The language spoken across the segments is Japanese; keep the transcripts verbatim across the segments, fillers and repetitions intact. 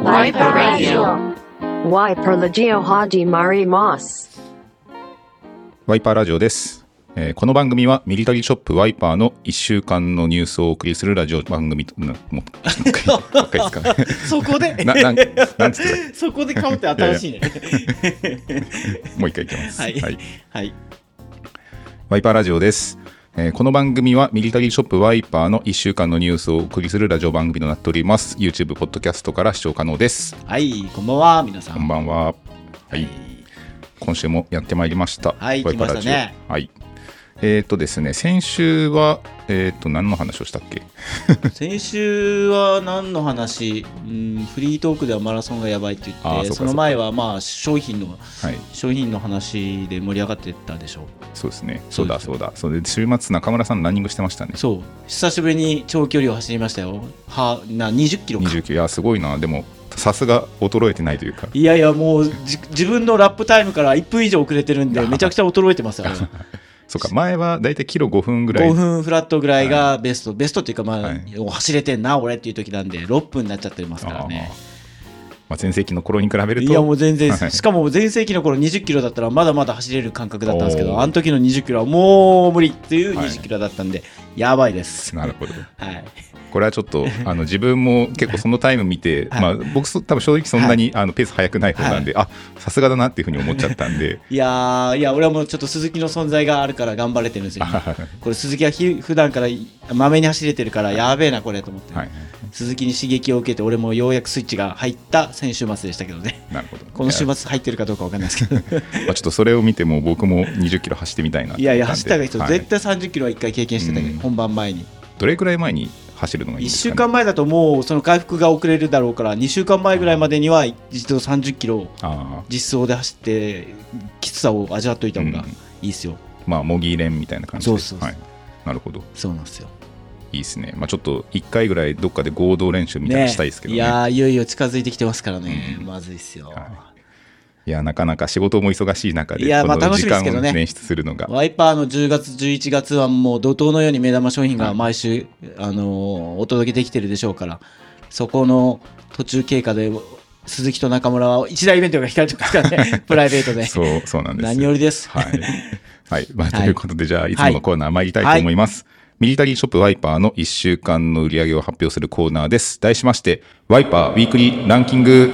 Wiper Radio Wiper Radio Haji Mari Moss ワイパーラジオです、えー、この番組はミリタリーショップワイパーのいっしゅうかんのニュースをお送りするラジオ番組となもうもう一回もう一回ですかねそこでななんなんつってそこでかぶって新しいねもう一回いきます、 はい、はいはい、 ワイパーラジオです、えー、この番組はミリタリーショップワイパーのいっしゅうかんのニュースをお送りするラジオ番組となっております。 YouTube ポッドキャストから視聴可能です。 はい、こんばんは皆さん。 こんばんは。はい、はい、今週もやってまいりました。 はい、来ましたね。 はい、えーとですね、先週は、えーと何の話をしたっけ先週は何の話、うん、フリートークではマラソンがやばいって言って、 そ, その前はまあ商品の、はい、商品の話で盛り上がってたでしょう。 そうですね、そうだそうだ、それで週末中村さんランニングしてましたね。 そう、久しぶりに長距離を走りましたよ。はなにじゅっキロか。 にじゅっキロ、いやすごいな。でもさすが衰えてないというか、 いやいやもうじ自分のラップタイムからいっぷん以上遅れてるんでめちゃくちゃ衰えてますよそうか、前はだいたいキロごふんぐらい、 ごふんフラットぐらいがベスト、はい、ベストっていうかまあ、はい、走れてんな俺っていう時なんでろっぷんになっちゃってますからね。 まあ、全盛期の頃に比べると、 いやもう全然しかも全盛期の頃にじゅっキロだったらまだまだ走れる感覚だったんですけど、あの時のにじゅっキロはもう無理っていうにじゅっキロだったんで、はい、やばいです。 なるほど、 はい、 これはちょっとあの自分も結構そのタイム見て、はい、まあ、僕多分正直そんなに、はい、あのペース速くない方なんで、はい、あさすがだなっていうふうに思っちゃったんでいやいや俺はもうちょっと鈴木の存在があるから頑張れてるんですよこれ鈴木はひ普段からまめに走れてるからやべえなこれと思って、はい、鈴木に刺激を受けて俺もようやくスイッチが入った先週末でしたけどね。 なるほど。 この週末入ってるかどうか分かんないですけどまあちょっとそれを見ても僕もにじゅっキロ走ってみたいなって。 いやいや走ったが人、はい、絶対さんじゅっキロはいっかい経験してたけど、本番前に。 どれくらい前に走るのがいいんですかね。いっしゅうかんまえだともうその回復が遅れるだろうからにしゅうかんまえぐらいまでには一度さんじゅっキロ実走で走ってきつさを味わっといた方がいいですよ、うん、 まあ模擬練みたいな感じで。 そうそうそう、はい、 なるほど。 そうなんですよ。 いいですね。まあ、ちょっといっかいぐらいどっかで合同練習みたいなのしたいですけどね。 いやいよいよ近づいてきてますからね、うん、まずいですよ、はい。 いやなかなか仕事も忙しい中でこの時間を捻出するのが、 ワイパーのじゅうがつじゅういちがつはもう怒涛のように目玉商品が毎週、はい、あのお届けできてるでしょうから、そこの途中経過で鈴木と中村は一大イベントが控えてますからねプライベートで。 そうそうなんです。 何よりです。 はい、はい、まあ、ということで、じゃあいつものコーナー参りたいと思います、はいはい。ミリタリーショップワイパーのいっしゅうかんの売り上げを発表するコーナーです。題しましてワイパーウィークリーランキング。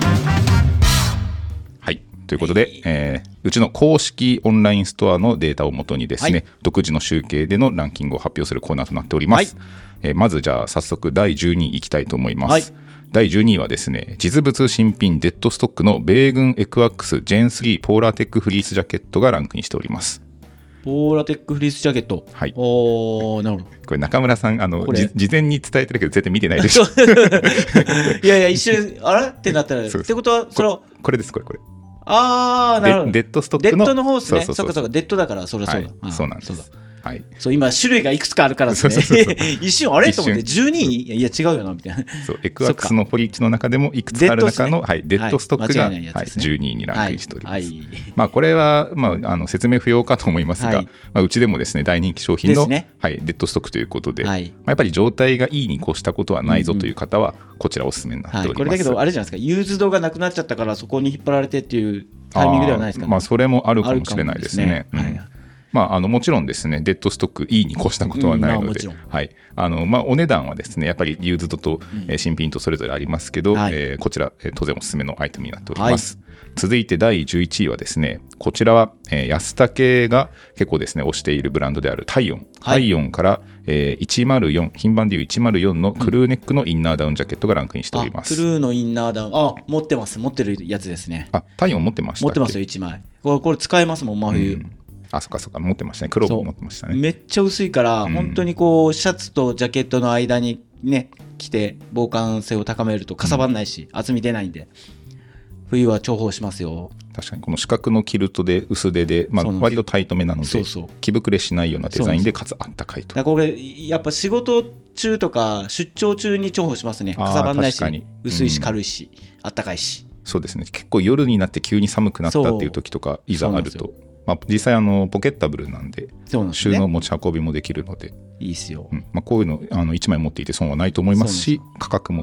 はい、ということで、えー、うちの公式オンラインストアのデータをもとにですね、はい、独自の集計でのランキングを発表するコーナーとなっております、はい。えー、まずじゃあ早速だいじゅうにいいきたいと思います、はい。だいじゅうにいはですね、実物新品デッドストックの米軍エクワックスジェンスリーポーラーテックフリースジャケットがランクインしております。 ポーラテックフリースジャケット、 はい、 おなるほど。 これ中村さんあの事前に伝えてるけど絶対見てないでしょいやいや一瞬あれってなったらってことはそれここれですこれこれああなるほど。 デッドストックのデッドの方ですね。そうそうそうそう、デッドだからそれそうだ、 はい、そうなんです。そうだ、はい、 そう今種類がいくつかあるからですね。そうそうそうそう一瞬あれと思ってじゅうにいいや違うよなみたいな。 そうエクワックスのポリッチの中でもいくつかある中の、ね、はい、デッドストックが、はいはい、じゅうにいにランクインしております、はいはい。まあこれは、まあ、あの説明不要かと思いますが、はい、まあ、うちでもですね大人気商品の、ね、はい、デッドストックということで、はい、まあ、やっぱり状態がいいに越したことはないぞという方は、うん、こちらおすすめになっております、はい、 これだけどあれじゃないですか、ユーズドがなくなっちゃったからそこに引っ張られてっていうタイミングではないですかね。 まあ、それもあるかもしれないですね。うん、はい、まあ、あのもちろんですねデッドストックいいに越したことはないので、うん、はい、あのまあ、お値段はですねやっぱりユーズドと、うん、えー、新品とそれぞれありますけど、はい、えー、こちら、えー、当然おすすめのアイテムになっております、はい。続いてだいじゅういちいはですねこちらは、えー、安武が結構ですね推しているブランドであるタイオン、はい、タイオンから、えー、いちまるよん品番でいういちまるよんのクルーネックのインナーダウンジャケットがランクインしております、 うん、クルーのインナーダウン、あ持ってます持ってるやつですね。 あタイオン持ってましたっけ。 持ってますよいちまい。これ、これ使えますもん真冬、うん、 あそっかそっか持ってましたね。黒も持ってましたね。 めっちゃ薄いから、うん、本当にこうシャツとジャケットの間にね着て防寒性を高めるとかさばんないし、うん、厚み出ないんで冬は重宝しますよ。 確かにこの四角のキルトで薄手で、まあ、割とタイトめなのでそうそう着膨れしないようなデザインでかつあったかいと。 だからこれやっぱ仕事中とか出張中に重宝しますね。かさばんないし薄いし軽いし、うん、あったかいし。 そうですね。結構夜になって急に寒くなったっていう時とかいざあると、まあ、実際あのポケッタブルなんで収納持ち運びもできるのでいいですよ、 うん、まあ、こういうのあのいちまい持っていて損はないと思いますし価格も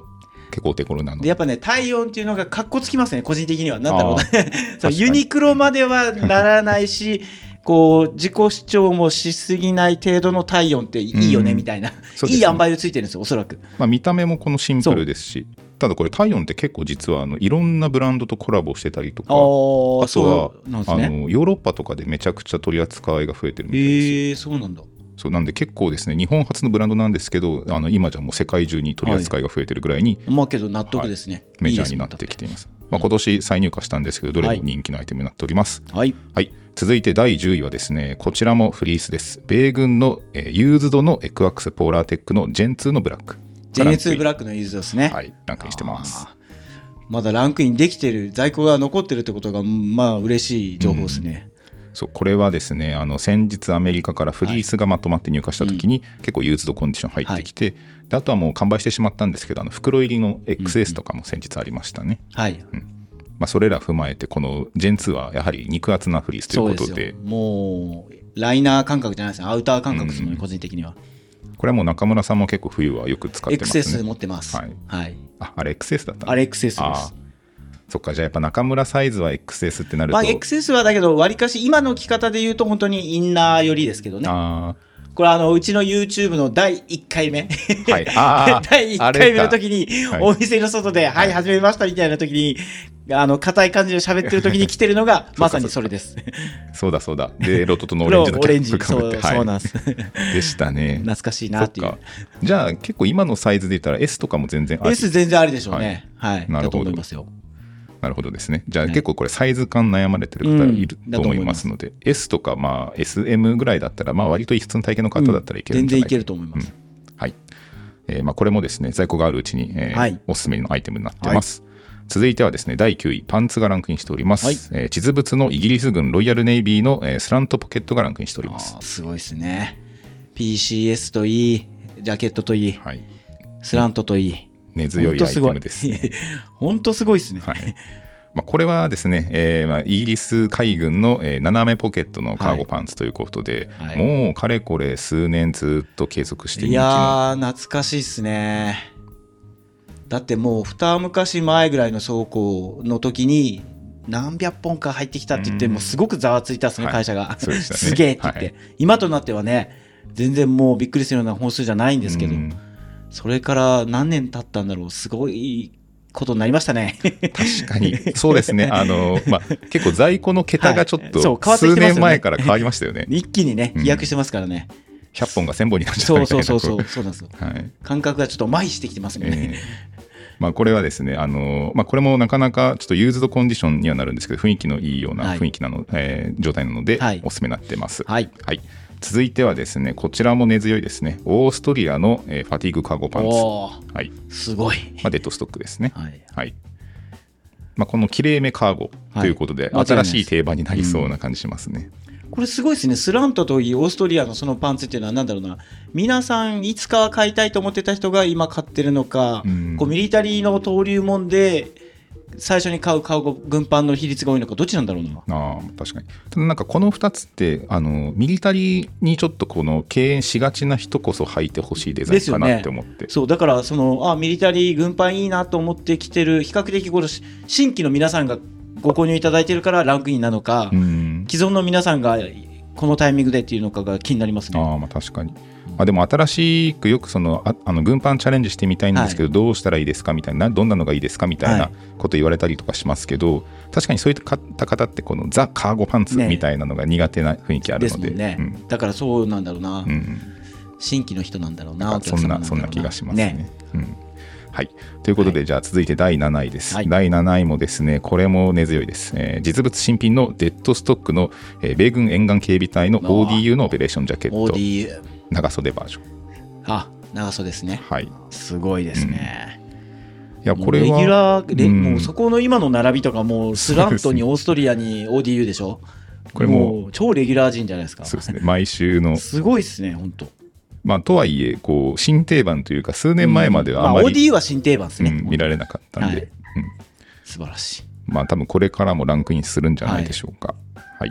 結構お手頃なのでやっぱね体温っていうのがかっこつきますね個人的には。なんだろうねそう確かにユニクロまではならないしこう自己主張もしすぎない程度の体温っていいよねうんみたいな、 そうですねいい塩梅でついてるんですよおそらく。 まあ、見た目もこのシンプルですし、ただこれ体温って結構実はあのいろんなブランドとコラボしてたりとか、 あーあとはそうなんですあね。 のヨーロッパとかでめちゃくちゃ取り扱いが増えてるみたいですよ。 へえそうなんだ。 そうなんで結構ですね日本初のブランドなんですけど、あの今じゃもう世界中に取り扱いが増えてるぐらいに、 まあけど納得ですね、 メジャーになってきています。まあ、今年再入荷したんですけどどれも人気のアイテムになっております。 はい、 はい続いてだいじゅういはですねこちらもフリースです。米軍の、えー、ユーズドのエクアックスポーラーテックのジェンツーのブラック、 ジェネツーブラックのユーズドですね。 はいランクインしてます。 まだランクインできてる在庫が残ってるってことがまあ嬉しい情報ですね、 うんそうこれはですねあの先日アメリカからフリースがまとまって入荷した時に、はいうん、結構ユーズドコンディション入ってきて、はい、であとはもう完売してしまったんですけどあの袋入りの エックスエス とかも先日ありましたね、うんはいうんまあ、それら踏まえてこのジェンツーはやはり肉厚なフリースということ で, でもうライナー感覚じゃないですねアウター感覚ですね、うん、個人的には。 これはもう中村さんも結構冬はよく使ってますね。 エックスエス 持ってます、はいはい、 あ, あれ エックスエス だったのあれ エックスエス です。 そっかじゃあやっぱ中村サイズは エックスエス ってなると、 まあ、エックスエス はだけどわりかし今の着方で言うと本当にインナー寄りですけどね。あこれあのうちの YouTube のだいいっかいめ、はい、あだいいっかいめの時にお店の外で「はい、はい、始めました」みたいな時にあの硬い感じで喋ってる時に着てるのがまさにそれです。 そうだそうだでロトとのオレンジのキャップかぶってそうなんです、 はい、でしたね。 懐かしいなっていう。 じゃあ結構今のサイズで言ったら S とかも全然あり S 全然ありでしょうね。はい、はい、 なるほどだと思いますよ。 なるほどですね。じゃあ結構これサイズ感悩まれてる方いると思いますので、うん、S とかまあ エスエム ぐらいだったらまあ割と普通の体型の方だったらいけるんじゃないか、うん、全然いけると思います、うんはいえーまあ、これもですね在庫があるうちに、えーはい、おすすめのアイテムになってます、はい、続いてはですねだいきゅういパンツがランクインしております、はいえー、地図物のイギリス軍ロイヤルネイビーの、えー、スラントポケットがランクインしております。 あすごいですね。 ピーシーエス といいジャケットといい、はい、スラントといい根強いアイテムです、ね、 本当すごいですね、 はいまあ、これはですね、えーまあ、イギリス海軍の、えー、斜めポケットのカーゴパンツということで、はいはい、もうかれこれ数年ずっと継続して人気の。いやー懐かしいっすね。だってもう二昔前ぐらいの倉庫の時に何百本か入ってきたって言ってもすごくざわついたっすね、会社が、はい、 す, ね、すげえって言って、はい、今となってはね全然もうびっくりするような本数じゃないんですけど、それから何年経ったんだろうすごいことになりましたね。 確かにそうですねあの、まあ、結構在庫の桁がちょっと数年前から変わりましたよね、 はい、一気にね飛躍してますからね、 うん、ひゃっぽんがせんぼんになっちゃったみたいな。 そうそうそうそうなんですよ、はい、感覚がちょっと麻痺してきてますもんね、 えーまあ、これはですねあの、まあ、これもなかなかちょっとユーズドコンディションにはなるんですけど雰囲気のいいような雰囲気なの、はいえー、状態なので、はい、おすすめになってます、はいはい、続いてはですねこちらも根強いですねオーストリアの、えー、ファティーグカーゴパンツ、 はい、すごい、 まあ、デッドストックですね、はいはいまあ、このきれいめカーゴということで、はい、新しい定番になりそうな感じしますね、 うん、これすごいですね。スラントといいオーストリアのそのパンツっていうのはなんだろうな、皆さんいつかは買いたいと思ってた人が今買ってるのか、うん、こうミリタリーの登竜門で最初に買うカーゴ軍パンの比率が多いのかどっちなんだろうな。 あ確かに。ただなんかこのふたつってあのミリタリーにちょっとこの敬遠しがちな人こそ履いてほしいデザインかなって思って、 ね、そうだからそのあミリタリー軍パンいいなと思ってきてる比較的この新規の皆さんがご購入いただいてるからランクインなのか、うん、既存の皆さんがこのタイミングでっていうのかが気になりますね。 あまあ確かに。あでも新しくよくそのああの軍パンチャレンジしてみたいんですけど、はい、どうしたらいいですかみたいなどんなのがいいですかみたいなこと言われたりとかしますけど、はい、確かにそういった方ってこのザ・カーゴパンツみたいなのが苦手な雰囲気あるので、 ねですもんねうん、だからそうなんだろうな、うん、新規の人なんだろうな、 そんなそんな気がしますね。ねうんはい、ということで、はい、じゃあ続いてだいなないです、はい、だいなないもですねこれも根強いです、えー、実物新品のデッドストックの、えー、米軍沿岸警備隊の オーディーユー のオペレーションジャケットオーディーユー長袖バージョン。 あ長袖ですね、 はい、 すごいですね、 うん、いやこれはレギュラー、うん、もうそこの今の並びとかもうスラントにオーストリアに オーディーユー でしょ。これもう超レギュラー陣じゃないですか。 そうですね毎週のすごいですね本当。 まあ、とはいえこう新定番というか数年前まではあまり、 うんまあ、オーディーユー は新定番ですね、 うん、見られなかったんで、はいうん、 素晴らしい。 まあ多分これからもランクインするんじゃないでしょうか、はいはい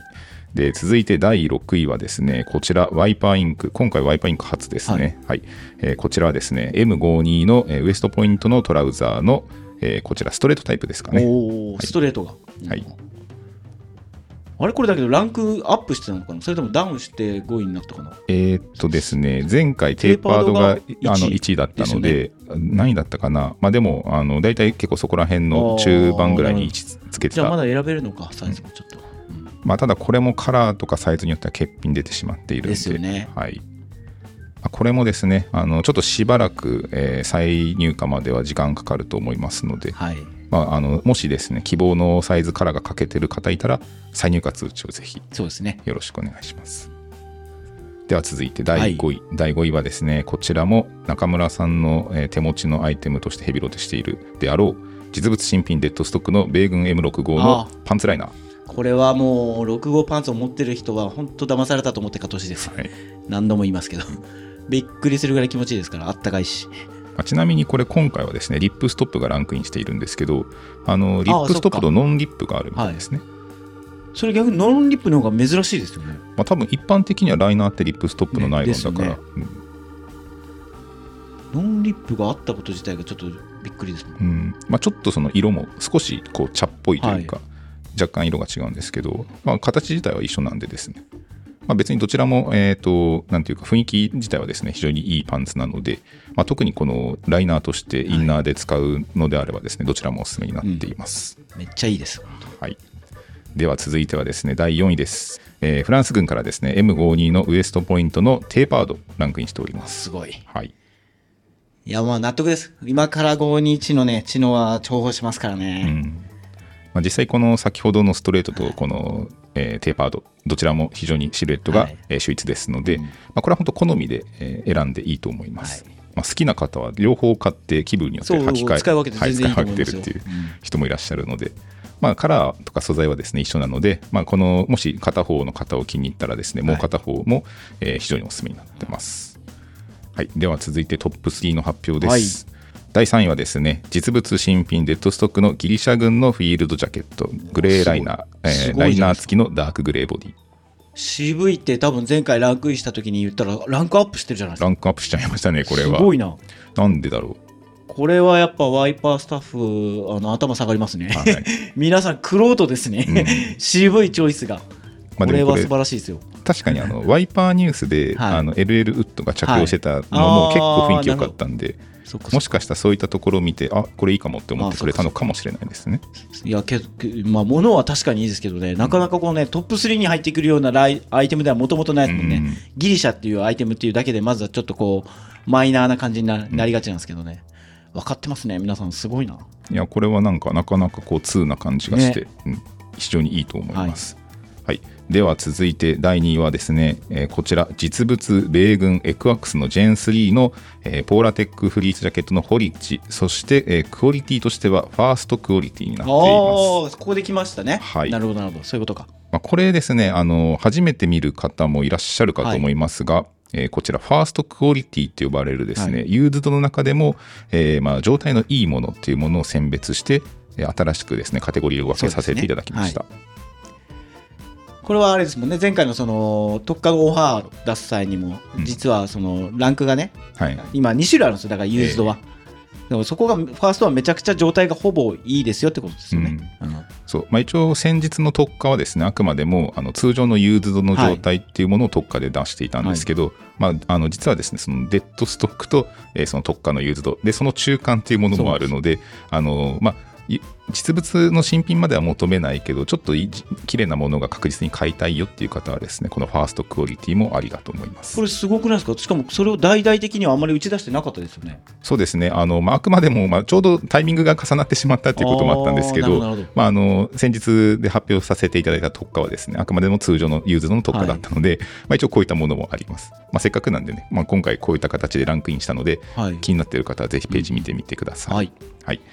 で続いてだいろくいはですね、こちらワイパーインク、今回ワイパーインク初ですね、はいはい、えー、こちらはですね エムごじゅうに の、えー、ウエストポイントのトラウザーの、えー、こちらストレートタイプですかね。 お、はい、ストレートが、はい、あれこれだけどランクアップしてたのかな、それともダウンしてごいになったかな。 えー、っとですね、前回テーパードがあのいちいだったので、何位だったかな、まあ、でもあの大体結構そこら辺の中盤ぐらいに位置つけてた。 じゃあまだ選べるのか、サイズもちょっと、 うん、まあ、ただこれもカラーとかサイズによっては欠品出てしまっているのでですよね、 はい、これもですね、あのちょっとしばらく、えー、再入荷までは時間かかると思いますので、はい、まあ、あのもしですね希望のサイズカラーが欠けてる方いたら再入荷通知をぜひよろしくお願いします。では続いてだいごい、はい、だいごいはですね、こちらも中村さんの手持ちのアイテムとしてヘビロテしているであろう実物新品デッドストックの米軍 エムろくじゅうご のパンツライナー。 これはもうろくじゅうごパンツを持ってる人は本当騙されたと思って買ってほしいです、はい、何度も言いますけどびっくりするぐらい気持ちいいですから、あったかいし。 ちなみにこれ今回はですねリップストップがランクインしているんですけど、あのリップストップとノンリップがあるみたいですね。 それ逆にノンリップの方が珍しいですよね。 まあ、多分一般的にはライナーってリップストップのナイロンだから、ねね、 うん、ノンリップがあったこと自体がちょっとびっくりですね、 うん、まあ、ちょっとその色も少しこう茶っぽいというか、はい、若干色が違うんですけど、まあ、形自体は一緒なんでですね、まあ、別にどちらも、えーと、なんていうか雰囲気自体はですね非常にいいパンツなので、まあ、特にこのライナーとしてインナーで使うのであればですね、はい、どちらもおすすめになっています、 うん、めっちゃいいです、 はい、では続いてはですねだいよんいです、えー、フランス軍からですね エムごじゅうに のウエストポイントのテーパードランクインしております。 すごい、 はい、 いやまあ納得です。今からごじゅうにいちのね知能は重宝しますからね、うん、 まあ、実際この先ほどのストレートとこの、えー、テーパードどちらも非常にシルエットが、はい、えー、秀逸ですので、うん、まあ、これは本当好みで、えー、選んでいいと思います、はい、まあ、好きな方は両方買って気分によって履き替え使い分けて全然いいと思いますよ、 はい、使い分けてるっていう人もいらっしゃるので、まあ、カラーとか素材はですね一緒なので、まあ、このもし片方の型を気に入ったらですねもう片方も、えー、非常におすすめになってます、はい、では続いてトップスリーの発表です、はい、だいさんいはですね実物新品デッドストックのギリシャ軍のフィールドジャケットグレーライナー、えー、ライナー付きのダークグレーボディ。 渋いって多分前回ランクインした時に言ったらランクアップしてるじゃないですか。 ランクアップしちゃいましたねこれは。 すごいな。 なんでだろう。 これはやっぱワイパースタッフあの頭下がりますね、はい、皆さんクロートですね、うん、渋いチョイスが、まあ、これは素晴らしいですよ。 確かにあのワイパーニュースで、はい、あの エルエル ウッドが着用してたのも結構雰囲気良かったんで、もしかしたらそういったところを見てあこれいいかもって思ってくれたのかもしれないですね。 いやけまあ物は確かにいいですけどね、なかなかこうねトップスリーに入ってくるようなライアイテムではもともとないですもんね、うん、ギリシャっていうアイテムっていうだけでまずはちょっとこうマイナーな感じに な, なりがちなんですけどね、うん、分かってますね皆さんすごいな。 いやこれはなんかなかなかこう通な感じがして、ね、うん、非常にいいと思います、はいはい、では続いてだいにいはですね、えー、こちら実物米軍エクワックスのジェンスリーの、えー、ポーラテックフリースジャケットのホリッジ、そして、えー、クオリティとしてはファーストクオリティになっています。 ここで来ましたね、 はい、 なるほどなるほど、そういうことか。 まあ、これですねあの初めて見る方もいらっしゃるかと思いますが、はい、えー、こちらファーストクオリティと呼ばれるですね、はい、ユーズドの中でも、えーまあ、状態のいいものっていうものを選別して新しくですねカテゴリーを分けさせていただきました。 これはあれですもんね、前回のその特化オファー出す際にも実はそのランクがね、うん、はい、今に種類あるんですよ、だからユーズドは、えー、でもそこがファーストはめちゃくちゃ状態がほぼいいですよってことですよね、うん、 そう、まあ、一応先日の特化はですねあくまでもあの通常のユーズドの状態っていうものを特化で出していたんですけど、はい、まあ、あの実はですねそのデッドストックと、えー、その特化のユーズドでその中間っていうものもあるので、あのまあ実物の新品までは求めないけどちょっと綺麗なものが確実に買いたいよっていう方はですねこのファーストクオリティもありだと思います。 これすごくないですか。しかもそれを大々的にはあまり打ち出してなかったですよね。 そうですね、あの、まあ、あくまでも、まあ、ちょうどタイミングが重なってしまったっていうこともあったんですけど、まあ、あの先日で発表させていただいた特化はですねあくまでも通常のユーズドの特化だったので、はい、まあ、一応こういったものもあります。まあ、せっかくなんでね、まあ、今回こういった形でランクインしたので、はい、気になっている方はぜひページ見てみてください、はいはい。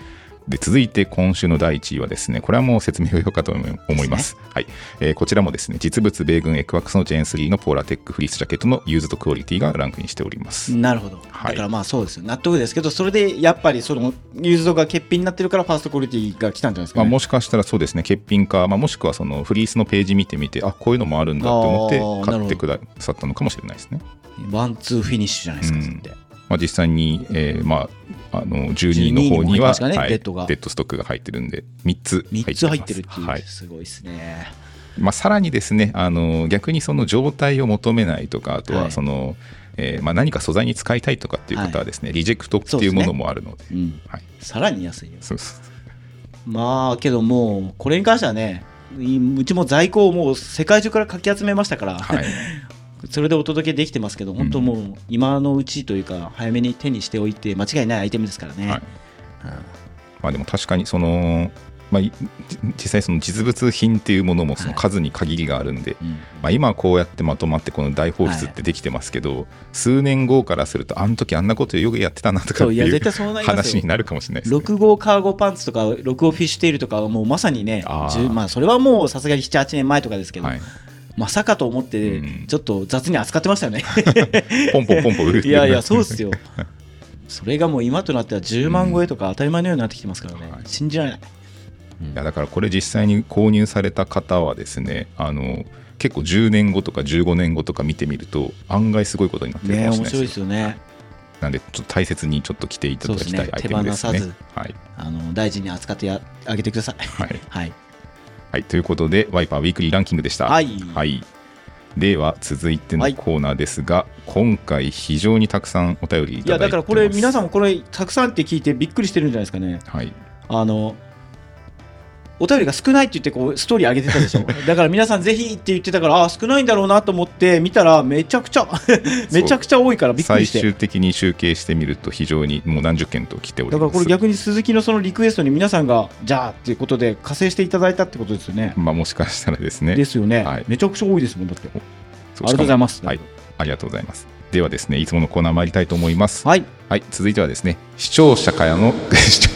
で続いて今週のだいいちいはですね、これはもう説明不要かと思います。はい、えー、こちらもですね、実物米軍エクワックスのジェーンスリーのポーラテックフリースジャケットのユーズドクオリティがランクインしております。 なるほど。 はい、 だからまあそうですよ、納得ですけど、それでやっぱりそのユーズドが欠品になってるからファーストクオリティが来たんじゃないですかね。 まあ、もしかしたらそうですね、欠品か、まあ、もしくはそのフリースのページ見てみて、あ、こういうのもあるんだと思って買ってくださったのかもしれないですね。 ワンツーフィニッシュじゃないですか、うん、ってまあ、実際に、えーまあ、あのじゅうにいの方にはじゅうにいにも入ってますかね、 はい、 デッドがデッドストックが入ってるんでみっつ入ってます。 みっつ入ってるっていう、 はい、 すごいですね。 まあ、さらにですね、あの逆にその状態を求めないとか、あとはその、はい、えーまあ、何か素材に使いたいとかっていう方はですね、はい、リジェクトっていうものもあるので、 うん、はい、さらに安いよ。 そうです。 まあけどもうこれに関してはね、うちも在庫をもう世界中からかき集めましたから、はい、それでお届けできてますけど、本当もう今のうちというか早めに手にしておいて間違いないアイテムですからね。はい、 うん、まあ、でも確かにその、まあ、実際その実物品っていうものもその数に限りがあるんで、はい、まあ、今はこうやってまとまってこの大放出ってできてますけど、はい、数年後からするとあの時あんなことよくやってたなとかっていう話になるかもしれないですね。ろく号カーゴパンツとかろく号フィッシュテールとかはもうまさにね、あ、まあ、それはもうさすがにななはちねんまえとかですけど、はい、まさかと思ってちょっと雑に扱ってましたよね。 ポンポンポンポン売るっていう。 いやいやそうですよ。それがもう今となってはじゅうまん超えとか当たり前のようになってきてますからね、はい、信じられない。 いやだからこれ実際に購入された方はですね、あの結構じゅうねんごとかじゅうごねんごとか見てみると案外すごいことになってるかもしれないですよ。 ね、面白いですよね。 なんでちょっと大切にちょっと着ていただきたいアイテムですね。 手放さず、はい、あの大事に扱ってやあげてください。 はいはいはい、ということでワイパーウィークリーランキングでした。 はい、 はい、では続いてのコーナーですが、はい、今回非常にたくさんお便りいただいてます。 いやだからこれ皆さんもこれたくさんって聞いてびっくりしてるんじゃないですかね。 はい、あのお便りが少ないって言ってこうストーリー上げてたでしょ。だから皆さんぜひって言ってたから、あ少ないんだろうなと思って見たらめちゃくちゃめちゃくちゃ多いからびっくりして、 最終的に集計してみると非常にもう何十件と来ております。 だからこれ逆に鈴木のそのリクエストに皆さんがじゃあっていうことで加勢していただいたってことですよね。 まあもしかしたらですね。 ですよね、はい、めちゃくちゃ多いですもんだって。ありがとうございます。 はい、ありがとうございます。ではですね、いつものコーナー参りたいと思います。 はい、 はい、続いてはですね、視聴者からのち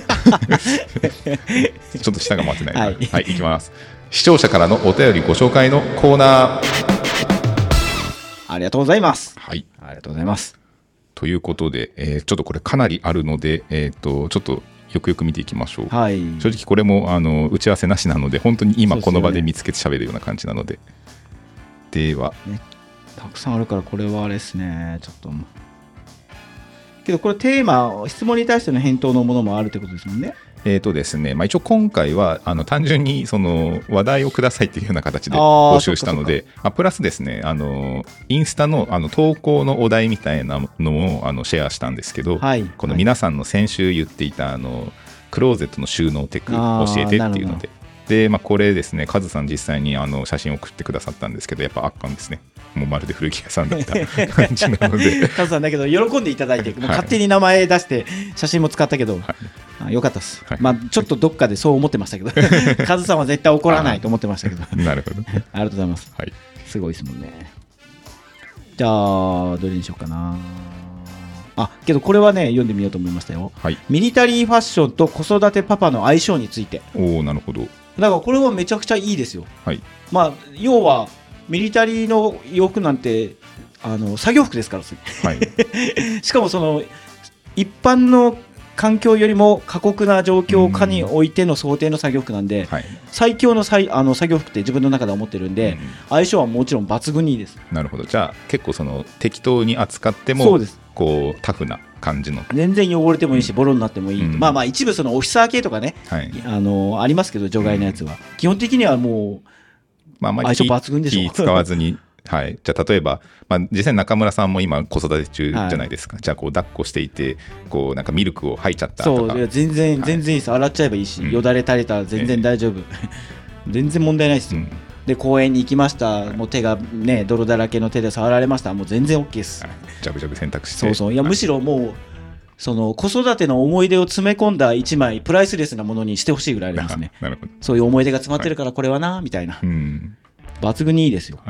ょっと舌が回ってないな。はい、はい、いきます。視聴者からのお便りご紹介のコーナー。 ありがとうございます。 はい、 ありがとうございます。 ということで、えー、ちょっとこれかなりあるので、えー、とちょっとよくよく見ていきましょう。 はい、 正直これもあの打ち合わせなしなので本当に今この場で見つけて喋るような感じなので、では、 ね、たくさんあるからこれはあれですね、ちょっとけどこれテーマ質問に対しての返答のものもあるってことですもんね。 えーとですねまあ、一応今回はあの単純にその話題をくださいっていうような形で募集したので、あプラスですねあのインスタ の, あの投稿のお題みたいなのをあのシェアしたんですけど、はい、この皆さんの先週言っていたあのクローゼットの収納テク教えてっていうので、で、まあ、これですねカズさん実際にあの写真を送ってくださったんですけど、やっぱ圧巻ですね。もうまるで古着屋さんだった感じなのでカズさんだけど喜んでいただいて、もう勝手に名前出して写真も使ったけど、はい、あよかったです、はい、まあ、ちょっとどっかでそう思ってましたけどカズさんは絶対怒らないと思ってましたけどなるほどありがとうございます、はい、すごいですもんね。じゃあどれにしようかな。あけどこれはね読んでみようと思いましたよ、はい、ミリタリーファッションと子育てパパの相性について。 おお、なるほど。 だからこれはめちゃくちゃいいですよ、はい、まあ要はミリタリーの洋服なんてあの作業服ですから、はい、しかもその一般の環境よりも過酷な状況下においての想定の作業服なんで、はい、最強の最あの作業服って自分の中では思ってるんで、うん、相性はもちろん抜群にいいです。 なるほど。じゃあ結構その適当に扱ってもそうですこうタフな感じの、 全然汚れてもいいし、うん、ボロになってもいい、うん、まあまあ一部そのオフィサー系とかね、はい、あのありますけど除外のやつは、うん、基本的にはもう、まあ、相性抜群でしょ。 気使わずにはい、じゃあ例えば、まあ、実際中村さんも今子育て中じゃないですか、はい、じゃあこう抱っこしていてこうなんかミルクを吐いちゃったとか。 そう全然、はい、全然いいです。洗っちゃえばいいし、うん、よだれ垂れたら全然大丈夫、えー、全然問題ないですよ、うん、で公園に行きました、はい、もう手がね泥だらけの手で触られました、もう全然 OK です、はい、 ジャブジャブ洗濯して。 そうそう、いや、はい、むしろもうその子育ての思い出を詰め込んだ一枚プライスレスなものにしてほしいぐらいありますね。 なるほど。 そういう思い出が詰まってるからこれはな、はい、みたいな、うん、抜群にいいですよ、 はい。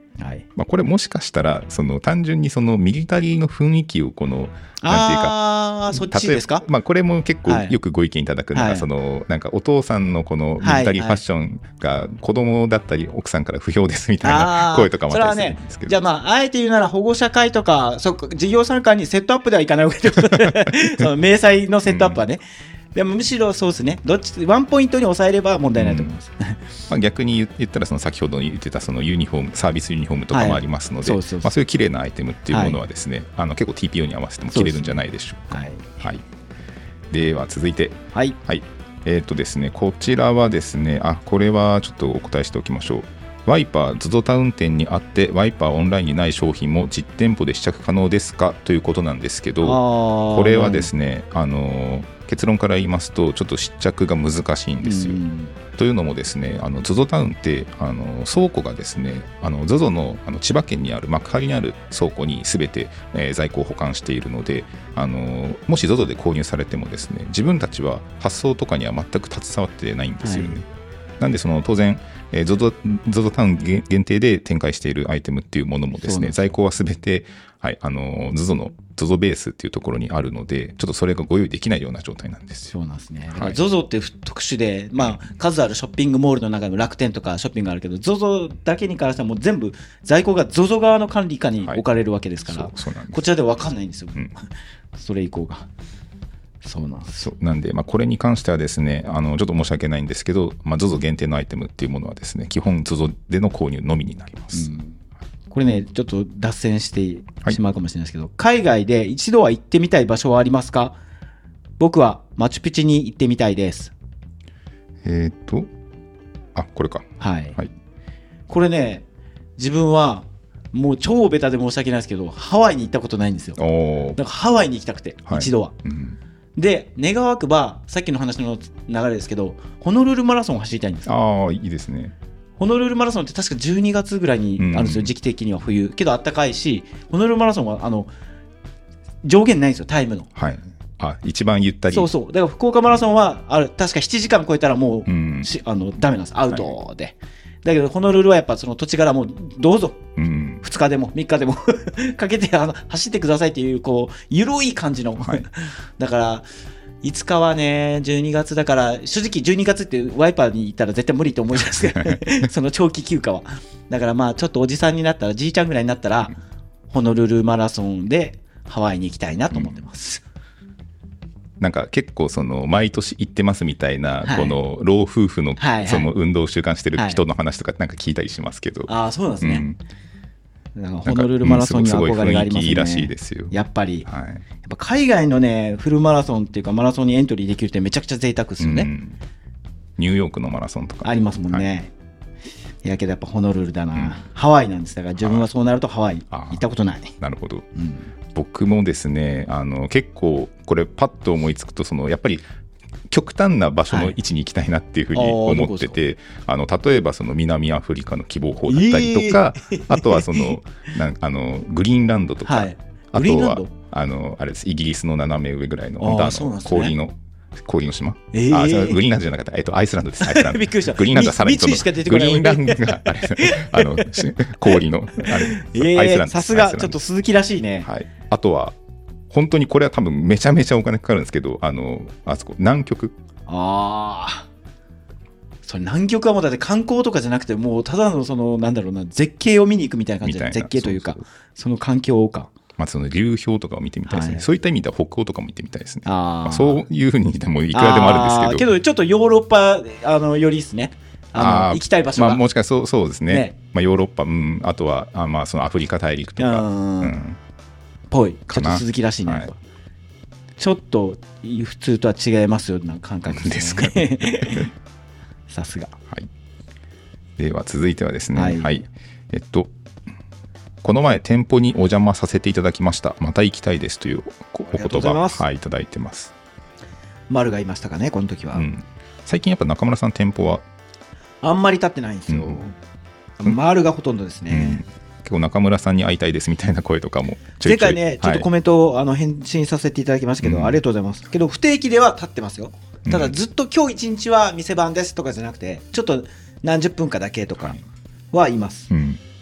はいまあ、これもしかしたらその単純にそのミリタリーの雰囲気をこのなんていうかああそっちですか、 まあ、これも結構よくご意見いただくのが、はい、そのなんかお父さんのこのミリタリーファッションが子供だったり奥さんから不評ですみたいな声とかもあったりするんですけど、 ね、じゃあまああえて言うなら保護者会とかそっか授業参観にセットアップではいかないわけでその明細のセットアップはね、うん、でもむしろそうですねどっちワンポイントに抑えれば問題ないと思います、うんまあ、逆に言ったらその先ほど言ってたそのユニフォームサービスユニフォームとかもありますので、はい、そうそうそう、まあ、そういう綺麗なアイテムっていうものはですね、はい、あの結構 ティーピーオー に合わせても着れるんじゃないでしょうか。はいはい、では続いて、 はいはいえーとですね、こちらはですねあこれはちょっとお答えしておきましょう。ワイパー ズド タウン店にあってワイパーオンラインにない商品も実店舗で試着可能ですかということなんですけど、これはですねあの結論から言いますとちょっと試着が難しいんですよ。というのもですねあの ズド タウンってあの倉庫がですねあの ゾゾ の, あの千葉県にある幕張にある倉庫に全て、えー、在庫を保管しているのであのもし ゾゾ で購入されてもですね自分たちは発送とかには全く携わってないんですよね、はい、なんでその当然えー、ゾゾ, ゾゾタウン限定で展開しているアイテムっていうものもですね在庫はすべて、はい、あの ゾゾ の ゾゾ ベースっていうところにあるのでちょっとそれがご用意できないような状態なんですよ。 そうなんですね。だから ゾゾ って特殊で、まあ、数あるショッピングモールの中でも楽天とかショッピングがあるけど ゾゾ だけに関してはもう全部在庫が ゾゾ 側の管理下に置かれるわけですから、はい、そうそうなんです。こちらでは分かんないんですよ、うん、それ以降がそうなんです。 そうなんで、まあ、これに関してはですねあのちょっと申し訳ないんですけど、まあ、ゾゾ 限定のアイテムっていうものはですね基本 ゾゾ での購入のみになります、うん、 これねちょっと脱線してしまうかもしれないですけど、はい、海外で一度は行ってみたい場所はありますか？僕はマチュピチュに行ってみたいです。 えっとあこれか、 はい、はい、これね自分はもう超ベタで申し訳ないですけどハワイに行ったことないんですよ。だからハワイに行きたくて、はい、一度は、うんで願わくばさっきの話の流れですけどホノルルマラソンを走りたいんですよ。 ああいいですね。 ホノルルマラソンって確かじゅうにがつぐらいにあるんですよ、うん、時期的には冬けどあったかいしホノルルマラソンはあの上限ないんですよタイムの、 はい、あ一番ゆったりそうそうだから福岡マラソンはある確かななじかん超えたらもう、うん、あのダメなんですアウトで、はい、だけどホノルルはやっぱその土地柄もうどうぞ、うん、ふつかでもみっかでもかけてあの走ってくださいっていうこう緩い感じの、はい、だからいつかはねじゅうにがつだから正直じゅうにがつってワイパーに行ったら絶対無理と思いますけどその長期休暇はだからまあちょっとおじさんになったらじいちゃんぐらいになったら、うん、ホノルルマラソンでハワイに行きたいなと思ってます、 うん、なんか結構その毎年行ってますみたいな、はい、この老夫婦のその運動を習慣してる人の話とかなんか聞いたりしますけど、 はい、あそうなんですね、うんなんかホノルルマラソンに憧れがありますね。 いいらしいですよ。 やっぱり、はい、やっぱ海外のねフルマラソンっていうかマラソンにエントリーできるってめちゃくちゃ贅沢ですよね、うん、 ニューヨークのマラソンとかありますもんね、はい、いやけどやっぱホノルルだな、うん、ハワイなんですだから自分はそうなるとハワイ行ったことない。 なるほど、うん、僕もですねあの結構これパッと思いつくとそのやっぱり極端な場所の位置に行きたいなっていうふうに思ってて、はい、あの例えばその南アフリカの希望峰だったりとか、えー、あとはそのなんあのグリーンランドとか、はい、あとはあのあれですイギリスの斜め上ぐらいの本当あの氷の氷の島、えー、あじゃあグリーンランドじゃなかった、えっと、アイスランドですアイスランドびっくりしたグリーンランドはさらにそのグリーンランドがあれあの氷のあれ、 えー、アイスランドさすがちょっと鈴木らしいね、 はい、あとは本当にこれは多分めちゃめちゃお金かかるんですけどあのあそこ南極ああそれ南極はもうだって観光とかじゃなくてもうただのそのなんだろうな絶景を見に行くみたいな感じで絶景というか そうそうその環境か、 まあ、その流氷とかを見てみたいですね、はい、そういった意味では北欧とかも見てみたいですね。あ、まあ、そういうふうにでもいくらでもあるんですけどけどちょっとヨーロッパあのよりですねあのあ行きたい場所が、 まあ、もしかしたらそう、そうですね、ねまあ、ヨーロッパ、うん、あとはあ、まあ、そのアフリカ大陸とか、うん、 ぽいちょっと鈴木らしいね、はい、ちょっと普通とは違いますような感覚ですね。ですかねさすが、 はい、では続いてはですね、はいはい、えっとこの前店舗にお邪魔させていただきましたまた行きたいですというお言葉を、はい、いただいてます。 丸がいましたかねこの時は、うん、 最近やっぱ中村さん店舗はあんまり立ってないんですよ、うん、丸がほとんどですね、うん結構中村さんに会いたいですみたいな声とかもちょいちょい前回ねちょっとコメントを、はい、あの返信させていただきましたけど、うん、ありがとうございますけど不定期では立ってますよ。ただずっと今日一日は店番ですとかじゃなくてちょっと何十分かだけとかはいます、うん、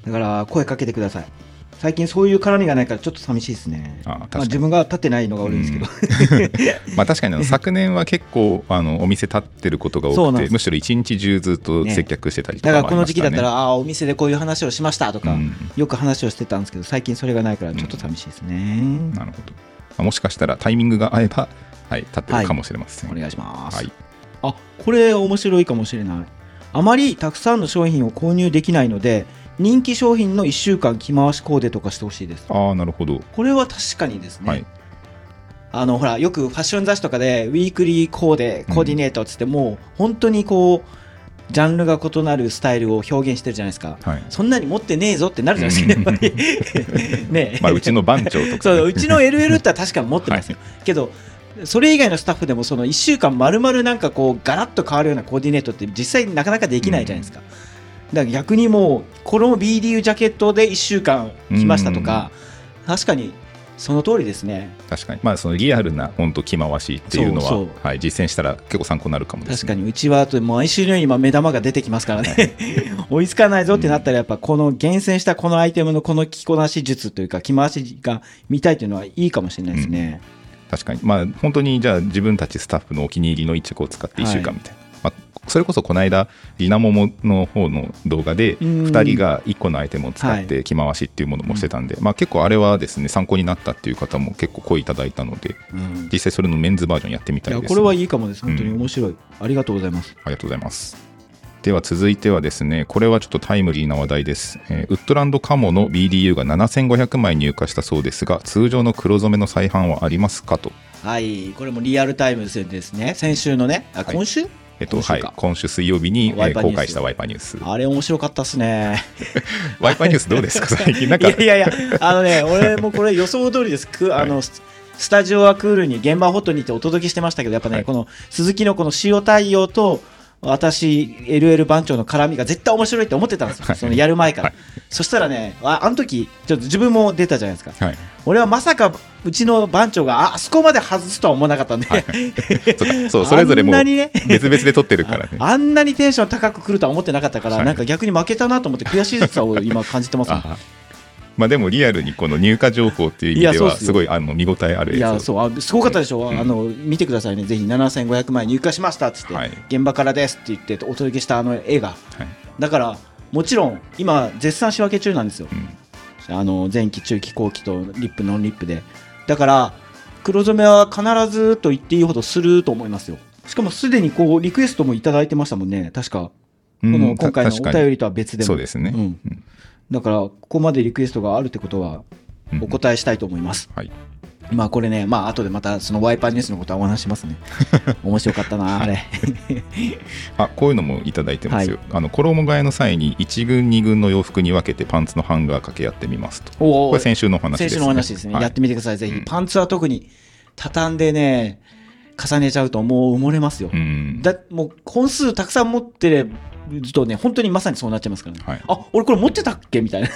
だから声かけてください。最近そういう絡みがないからちょっと寂しいですね。 あまあ、自分が立ってないのが悪いんですけど、 まあ確かに昨年は結構あのお店立ってることが多くて、むしろ一日中ずっと接客してたりとかもありましたね。だからこの時期だったらあお店でこういう話をしましたとか、うん、よく話をしてたんですけど、最近それがないからちょっと寂しいですね、うん、 なるほど、まあ、もしかしたらタイミングが合えば、はい、立ってるかもしれません、 はい、お願いします、 はい、 あこれ面白いかもしれない。あまりたくさんの商品を購入できないので人気商品のいっしゅうかん着回しコーデとかしてほしいです。 ああなるほど。 これは確かにですね、はい、あのほらよくファッション雑誌とかでウィークリーコーデコーディネートっつって、うん、もう本当にこうジャンルが異なるスタイルを表現してるじゃないですか、はい、そんなに持ってねえぞってなるじゃないですか、やっぱりねまあうちの番長とか、ね、 そううちの エルエル って確かに持ってますよ、はい、けどそれ以外のスタッフでもそのいっしゅうかん丸々なんかこうガラッと変わるようなコーディネートって実際なかなかできないじゃないですか、うんだから逆にもうこの ビーディーユー ジャケットでいっしゅうかん着ましたとか、確かにその通りですね。 確かに、まあ、そのリアルな本当着回しっていうのはそうそう、はい、実践したら結構参考になるかもですね。 確かにうちは毎週のように今目玉が出てきますからね、はい、追いつかないぞってなったらやっぱこの厳選したこのアイテムのこの着こなし術というか着回しが見たいというのはいいかもしれないですね、 うん、確かに、まあ、本当にじゃあ自分たちスタッフのお気に入りの一着を使っていっしゅうかんみたいな、はいまあ、それこそこの間リナモモの方の動画でふたりがいっこのアイテムを使って着回しっていうものもしてたんで、はいまあ、結構あれはですね参考になったっていう方も結構声いただいたので、うん、実際それのメンズバージョンやってみたいです、ね、 いやこれはいいかもです。本当に面白い、うん、ありがとうございます。 ありがとうございます。では続いてはですね、これはちょっとタイムリーな話題です、えー、ウッドランドカモの ビーディーユー がななせんごひゃくまい入荷したそうですが、通常の黒染めの再販はありますかと。 はい、これもリアルタイムですね。先週のね、あ今週、はいえっと今週はい、今週水曜日に、えー、公開したワイパーニュース。 あれ面白かったっすねワイパーニュースどうですか最近なんかいやいやいやあのね俺もこれ予想通りです。くあの、はい、スタジオはクールに現場ホットにってお届けしてましたけど、やっぱね、はい、この鈴木のこの塩対応と私 エルエル 番長の絡みが絶対面白いって思ってたんですよ、はい、そのやる前から、はい、そしたらね あ, あの時ちょっと自分も出たじゃないですか、はい、俺はまさかうちの番長が あ, あそこまで外すとは思わなかったんで、はい、 そうそうそれぞれもう別々で撮ってるからねあ, あんなにテンション高く来るとは思ってなかったから、はい、なんか逆に負けたなと思って悔しさを今感じてますもんまあでもリアルにこの入荷情報っていう意味ではすごいあの見応えある映像。 いやそうあすごかったでしょ、うん、あの見てくださいねぜひななせんごひゃくまい入荷しましたっつって、はい、現場からですって言ってお届けしたあの絵が、はい、だからもちろん今絶賛仕分け中なんですよ、うん、あの前期中期後期とリップノンリップで。だから黒染めは必ずと言っていいほどすると思いますよ。しかもすでにこうリクエストもいただいてましたもんね確か、この今回のお便りとは別でも。 そうですね、うんうんだからここまでリクエストがあるってことはお答えしたいと思います、うんはい、まあこれねまあ後でまたそのワイパーニュースのことはお話しますね面白かったなあれあこういうのもいただいてますよ、はい、あの衣替えの際にいち軍に軍の洋服に分けてパンツのハンガー掛けやってみますと。これ先週のお話ですね。 先週のお話ですね、はい、やってみてくださいぜひ、うん、パンツは特に畳んでね重ねちゃうともう埋もれますよ、うん、だもう本数たくさん持ってればとね本当にまさにそうなっちゃいますからね、はい、あ俺これ持ってたっけみたいな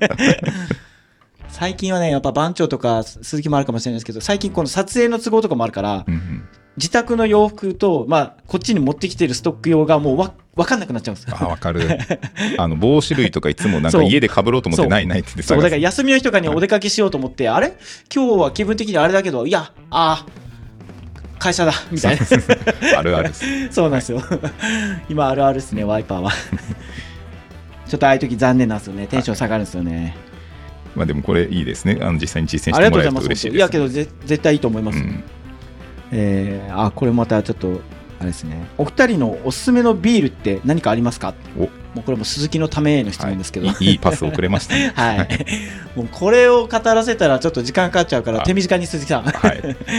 最近はねやっぱ番長とか鈴木もあるかもしれないですけど、最近この撮影の都合とかもあるから、うんうん、自宅の洋服と、まあ、こっちに持ってきてるストック用がもうわ分かんなくなっちゃうんですよ。 あ分かるあの帽子類とかいつもなんか家で被ろうと思ってないないって言ってそうだから休みの日とかにお出かけしようと思って、はい、あれ今日は気分的にあれだけどいやあ会社だみたいなあるあるですそうなんですよ今あるあるですねワイパーはちょっとああいう時残念なんですよね、テンション下がるんですよね。 まあでもこれいいですね、あの実際に実践してもらえると嬉しいです、ね、 いやけどぜ絶対いいと思います、うんえー、あこれまたちょっとあれですね、お二人のおすすめのビールって何かありますか。おもうこれも鈴木のためへの質問ですけど、 はい、いいパスをくれましたねはいもうこれを語らせたらちょっと時間かかっちゃうから手短に鈴木さんはい、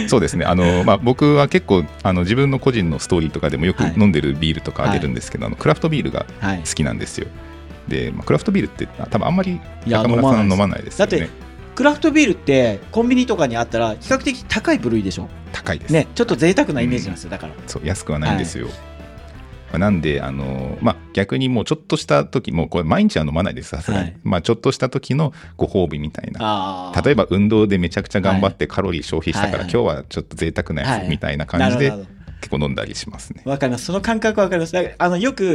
そうですねあの、まあ、僕は結構あの自分の個人のストーリーとかでもよく飲んでるビールとかあげるんですけど、はい、あのクラフトビールが好きなんですよ、はいでまあ、クラフトビールって多分あんまり中村さん飲まないですよね。 だってクラフトビールってコンビニとかにあったら比較的高い部類でしょ。 高いですね、ちょっと贅沢なイメージなんですよ、うん、だからそう安くはないんですよ、はいまあ、なんであの、まあ、逆にもうちょっとした時もうこれ毎日は飲まないですさすがに、はいまあ、ちょっとした時のご褒美みたいな、例えば運動でめちゃくちゃ頑張ってカロリー消費したから、はい、今日はちょっと贅沢なやつみたいな感じで、はいはい、結構飲んだりしますね。 わかります、その感覚わかります。あのよく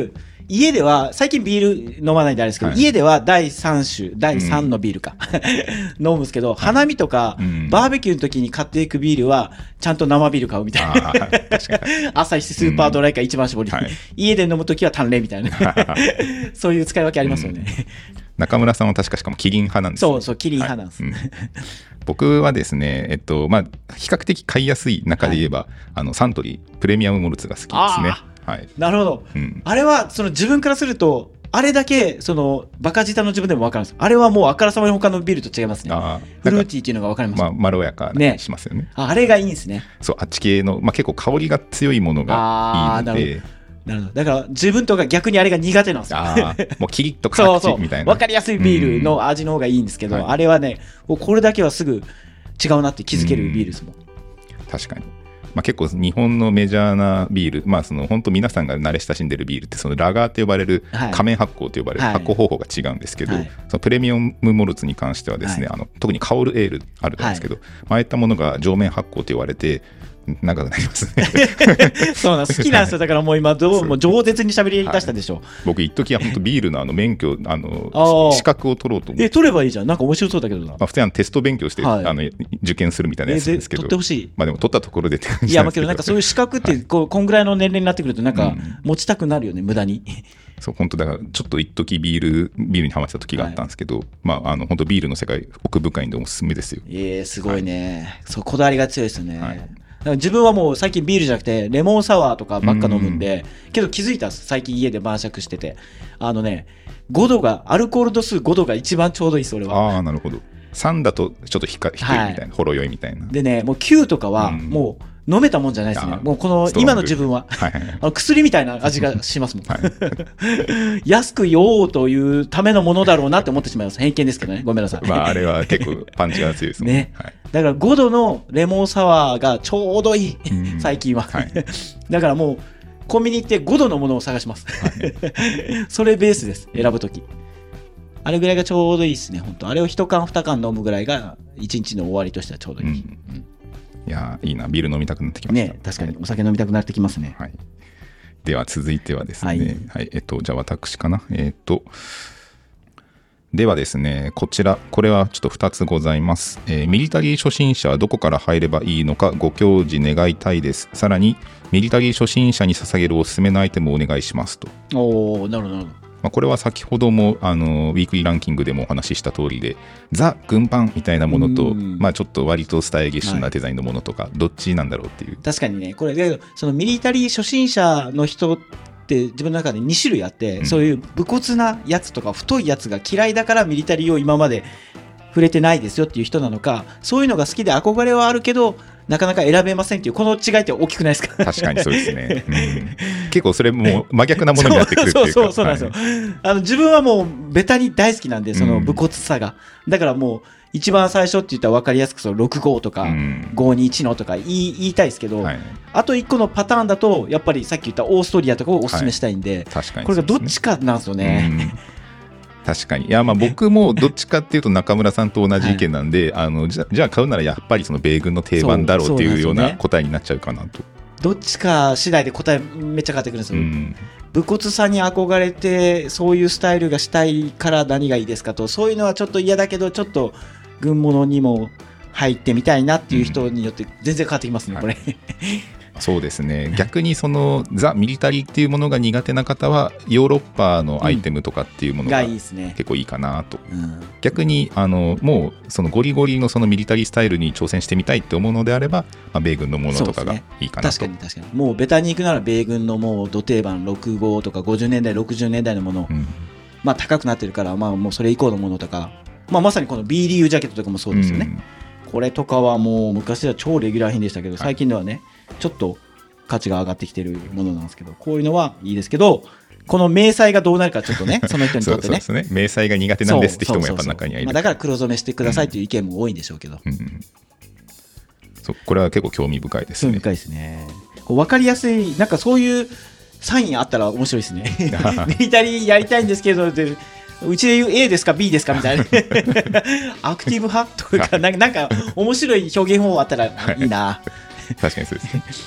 家では最近ビール飲まないんであれですけど、はい、家ではだいさん種だいさんのビールか、うん、飲むんですけど、はい、花見とか、うん、バーベキューの時に買っていくビールはちゃんと生ビール買うみたいな朝日スーパードライか一番搾り、うんはい、家で飲む時は淡麗みたいなそういう使い分けありますよね、 うん、中村さんは確かしかもキリン派なんですね。 そうそうキリン派なんです、はいうん、 僕はですね、えっとまあ、比較的買いやすい中で言えば、はい、あのサントリープレミアムモルツが好きですね。はい、なるほど、うん、 あれはその自分からするとあれだけそのバカ舌の自分でも分かるんです。あれはもうあからさまに他のビールと違いますね。あフルーティーっていうのが分かります、 まあ、まろやかなしますよね。ねあ, あれがいいんですね。 そうあっち系の、まあ、結構香りが強いものがいいので。 なるほど。だから自分とか逆にあれが苦手なんですよ。 あもうキリッと辛口みたいな。 分かりやすいビールの味の方がいいんですけど、うんはい、あれはねこれだけはすぐ違うなって気づけるビールですもん。ん確かに。まあ、結構日本のメジャーなビール、まあ、その本当皆さんが慣れ親しんでるビールってそのラガーと呼ばれる仮面発酵と呼ばれる発酵方法が違うんですけど、はい、そのプレミアムモルツに関してはですね、はい、あの特に香るエールあるんですけど、はい、ああいったものが上面発酵と言われて長くなりますねそうなん好きなんですよ。だからもう今どうも饒舌に喋り出したでしょ、はい、 僕一時は本当ビールのあの免許あの資格を取ろうと思ってえ取ればいいじゃん。なんか面白そうだけどな、 まあ、普通にテスト勉強して、はい、あの受験するみたいなやつですけど、 取ってほしい。 まあでも取ったところでって感じなんですけど、 いやまあけどなんかそういう資格ってこうこんぐらいの年齢になってくるとなんか持ちたくなるよね、うん、無駄にそう本当だからちょっと一時ビールビールにハマってた時があったんですけど、はい、まああの本当ビールの世界奥深いんでおすすめですよ。 えー、すごいね、はい、そうこだわりが強いですよね、はい、だから自分はもう最近ビールじゃなくてレモンサワーとかばっか飲むんで、うん、けど気づいたんです最近家で晩酌しててあのねごどがアルコール度数ごどが一番ちょうどいいです俺は。 ああなるほど。さんだとちょっと低いみたいな、はい、ほろ酔いみたいなでねもうきゅうとかはもう飲めたもんじゃないですね、うん、もうこの今の自分は、はいはいはい、あの薬みたいな味がしますもん、はい、安く酔おうというためのものだろうなって思ってしまいます。偏見ですけどねごめんなさい、 まあ、あれは結構パンチが強いですもんね、はい、 だからごどのレモンサワーがちょうどいい、うん、最近は、はい、だからもうコンビニ行ってごどのものを探します、はい、それベースです選ぶとき。あれぐらいがちょうどいいですね本当。あれをいち缶に缶飲むぐらいがいちにちの終わりとしてはちょうどいい、うんうん、 いやいいなビール飲みたくなってきましたね。確かにお酒飲みたくなってきますね、はい、 では続いてはですね、はいはいえっと、じゃあ私かなえっとではですねこちらこれはちょっとふたつございます、えー、ミリタリー初心者はどこから入ればいいのかご教示願いたいです。さらにミリタリー初心者に捧げるおすすめのアイテムをお願いしますと。 おーなるほどなるほど。 まあ、これは先ほどもあのウィークリーランキングでもお話しした通りでザ・軍パンみたいなものと、まあ、ちょっと割とスタイリッシュなデザインのものとか、はい、どっちなんだろうっていう。 確かにねこれでそのミリタリー初心者の人って自分の中でに種類あって、うん、そういう武骨なやつとか太いやつが嫌いだからミリタリーを今まで触れてないですよっていう人なのか、そういうのが好きで憧れはあるけどなかなか選べませんっていうこの違いって大きくないですか。 確かにそうですね、うん、結構それも真逆なものになってくるっていうかそうそうそうなんですよ、はい、あの自分はもうベタに大好きなんでその武骨さが、うん、だからもう一番最初って言ったら分かりやすくそのろくごとかごにいちのとか言い、言いたいですけど、はい、あといっこのパターンだとやっぱりさっき言ったオーストリアとかをおすすめしたいんで、はい、確かにこれがどっちかなんですよね、うん確かにいやまあ僕もどっちかっていうと中村さんと同じ意見なんで、はい、あのじゃ、じゃあ買うならやっぱりその米軍の定番だろうっていうような答えになっちゃうかなと。 どっちか次第で答えめっちゃ変わってくるんですよ、うん、武骨さに憧れてそういうスタイルがしたいから何がいいですかと、そういうのはちょっと嫌だけどちょっと軍物にも入ってみたいなっていう人によって全然変わってきますね、うん、これ、はいそうですね。逆にそのザ・ミリタリーっていうものが苦手な方はヨーロッパのアイテムとかっていうものが結構いいかなと、うん、逆にあのもうそのゴリゴリのそのミリタリースタイルに挑戦してみたいって思うのであれば、まあ、米軍のものとかがいいかなと、 ね、確かに確かにもうベタに行くなら米軍のもうド定番ろくごとかごじゅうねんだいろくじゅうねんだいのもの、うん、まあ高くなってるから、まあ、もうそれ以降のものとか、まあ、まさにこの B リーグジャケットとかもそうですよね、うん、これとかはもう昔では超レギュラー品でしたけど、最近ではねちょっと価値が上がってきてるものなんですけど、こういうのはいいですけど、この明細がどうなるかちょっとねその人にとってねそうですね、明細が苦手なんですって人もやっぱ中にはいる、 まあ、だから黒染めしてくださいという意見も多いんでしょうけど、うんうん、 そうこれは結構興味深いですね。 興味深いですね。こう分かりやすいなんかそういうサインあったら面白いですねミリタリーやりたいんですけどでうちで言う A ですか B ですかみたいなアクティブ派とかなんか面白い表現法あったらいいな確かにそうですね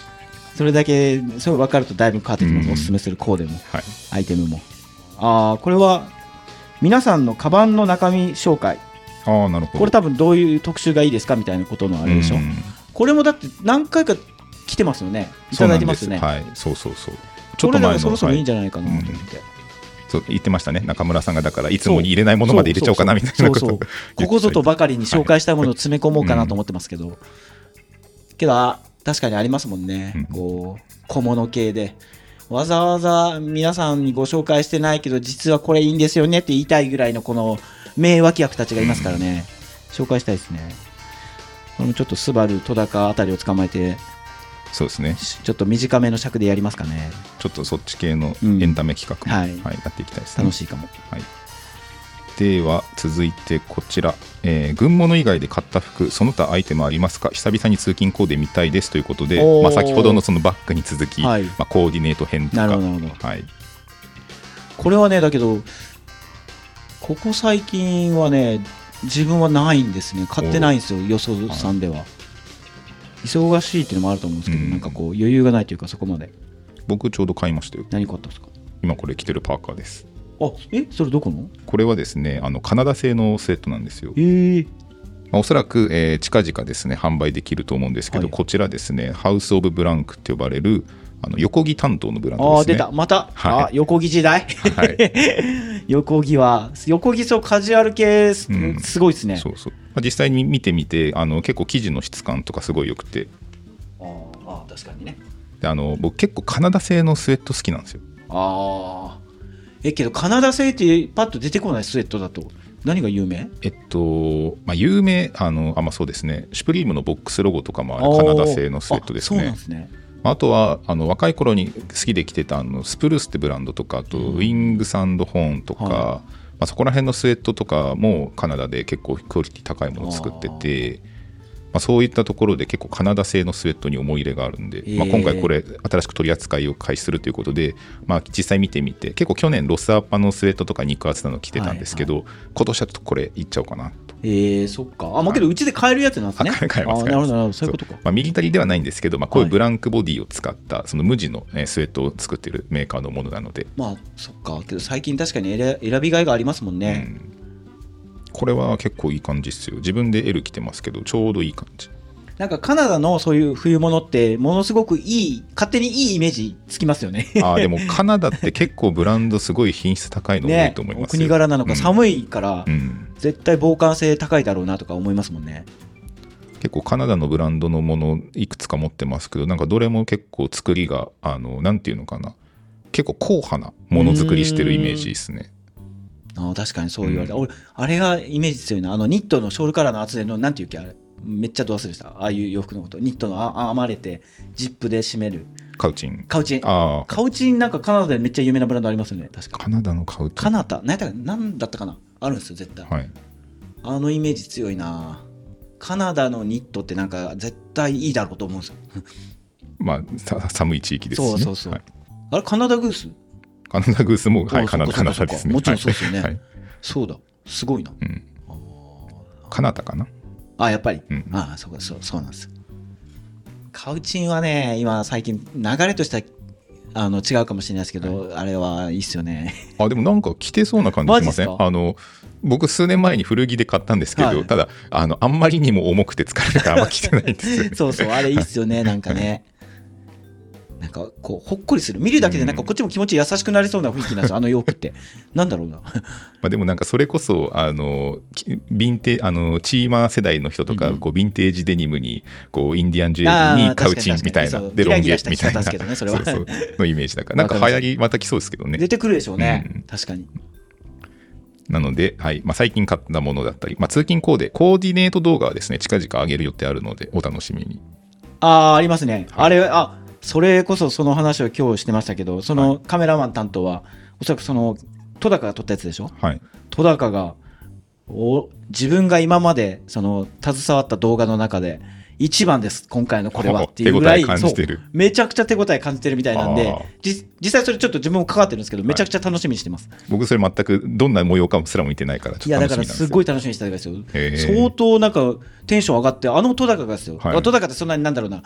それだけそれ分かるとだいぶ変わってきます、 うんおすすめするコーデも、 はい、 アイテムも。ああこれは皆さんのカバンの中身紹介。 ああなるほど。 これ多分どういう特集がいいですかみたいなことのあれでしょ、うん、これもだって何回か来てますよね、いただいてますよね。 はい、そうそうそう。 ちょっと前のそろそろいいんじゃないかなと思って、はい、うん、 そう言ってましたね、中村さんが。だからいつもに入れないものまで入れちゃおうかなみたいなことを、 ここぞとばかりに紹介したものを詰め込もうかなと思ってますけど、はい、けど確かにありますもんね、うん、こう小物系でわざわざ皆さんにご紹介してないけど実はこれいいんですよねって言いたいぐらいのこの名脇役たちがいますからね、うん、紹介したいですね。これもちょっとスバル戸高あたりを捕まえて、 そうですね、 ちょっと短めの尺でやりますかね。 ちょっとそっち系のエンタメ企画も、 うん、はいはい、やっていきたいですね。 楽しいかも。 はい、では続いてこちら、えー、軍物以外で買った服その他アイテムありますか、久々に通勤コーデ見たいですということで、まあ、先ほどのそのバッグに続き、はい、まあ、コーディネート編とか。 なるほどなるほど、 はい、 これはねだけどここ最近はね自分はないんですね、買ってないんですよ、よそさんでは。はい、忙しいっていうのもあると思うんですけど、うん、なんかこう余裕がないというか、そこまで。 僕ちょうど買いましたよ。 何買ったんですか？ 今これ着てるパーカーです。 あ、え、それどこの？ これはですね、あのカナダ製のスウェットなんですよ。 へー。 まあ、おそらく、えー、近々ですね販売できると思うんですけど、はい、こちらですねハウス・オブ・ブランクって呼ばれるあの横着担当のブランドですね。 あ、出たまた、はい、あ、横着時代、はい、横着は横着そうカジュアル系 す,、うん、すごいですね。 そうそう、まあ、実際に見てみてあの結構生地の質感とかすごい良くて、 ああ確かにね。 であの僕結構カナダ製のスウェット好きなんですよ。 ああ、えけどカナダ製ってパッと出てこないスウェットだと何が有名？ えっと、まあ、有名あのあ、まあ、そうですね、シュプリームのボックスロゴとかもあるカナダ製のスウェットですね。 あ、そうなんですね。 あとはあの若い頃に好きで着てたあのスプルースってブランドとか、あとウィングサンドホーンとか、うん、まあ、そこら辺のスウェットとかもカナダで結構クオリティ高いものを作ってて、まあ、そういったところで結構カナダ製のスウェットに思い入れがあるんで、えーまあ、今回これ新しく取り扱いを開始するということで、まあ、実際見てみて結構去年ロスアッパのスウェットとか肉厚なの着てたんですけど、はいはい、今年はちょっとこれいっちゃおうかなと。 えー、そっか。あ、まあ、けどうちで買えるやつなんですね。 買えます。 あ、なるほどなるほど、そういうことか。 まあ、ミリタリーではないんですけど、まあ、こういうブランクボディを使ったその無地のスウェットを作っているメーカーのものなので、 まあそっか。けど最近確かに選びがいがありますもんね、うん、 これは結構いい感じですよ。自分で エル 着てますけどちょうどいい感じ。 なんかカナダのそういう冬物ってものすごくいい、勝手にいいイメージつきますよね。 あ、でもカナダって結構ブランドすごい品質高いの多いと思いますよ、ね、お国柄なのか、うん、寒いから絶対防寒性高いだろうなとか思いますもんね。 結構カナダのブランドのものいくつか持ってますけど、なんかどれも結構作りがあのなんていうのかな、結構硬派なものづくりしてるイメージですね。 あ、確かにそう言われた、うん、俺あれがイメージ強いな。あのニットのショールカラーの厚手のなんていうっけ、あれめっちゃど忘れした。ああいう洋服のこと、ニットのあ編まれてジップで締めるカウチン。 カウチン。あ、カウチンなんかカナダでめっちゃ有名なブランドありますよね。確かカナダのカウチン、 カナダ何だ何だったかな、あるんですよ絶対、はい、あのイメージ強いな。カナダのニットってなんか絶対いいだろうと思うんですよ。 まあ寒い地域ですしね。 そうそうそう、はい、あれカナダグースカナダグースも、はい、カナダですね。 もちろんそうですよね、 はい、 そうだ、すごいな、うん、 カナダかな。 あ、やっぱり、うん、ああ、そうか、そう、そうなんです。カウチンはね、今最近流れとしてはあの違うかもしれないですけど、はい、あれはいいっすよね。あ、 でもなんか着てそうな感じしません？あの僕数年前に古着で買ったんですけど、はい、ただあのあんまりにも重くて疲れるからあんま着てないんですよ、ね、 そうそう、あれいいっすよね。なんかねなんかこうほっこりする、見るだけでなんかこっちも気持ち優しくなりそうな雰囲気なんですよ、あの洋服ってなんだろうなまあでもなんかそれこそあのヴィンテあのチーマー世代の人とか、うん、こうヴィンテージデニムにこうインディアンジュエリーにカウチンみたいなでロン毛みたいな、 ね、それはそうそうのイメージだからなんか流行りまた来そうですけどね。 出てくるでしょうね、うん、確かに。 なので、はいまあ、最近買ったものだったり、まあ、通勤コーデコーディネート動画はですね近々上げる予定あるのでお楽しみに。 ああ、ありますね、はい、あれあそれこそその話を今日してましたけど、そのカメラマン担当はおそらくその戸高が撮ったやつでしょ、はい、戸高がお自分が今までその携わった動画の中で一番です今回のこれはっていうぐらい、そうめちゃくちゃ手応え感じてるみたいなんで、実際それちょっと自分も関わってるんですけどめちゃくちゃ楽しみにしてます、はい、 僕それ全くどんな模様かもすらも見てないからちょっと楽しみなんですよ。いやだからすごい楽しみにしてたんですよ。相当なんかテンション上がって、あの戸高がですよ、はい、戸高ってそんなになんだろうな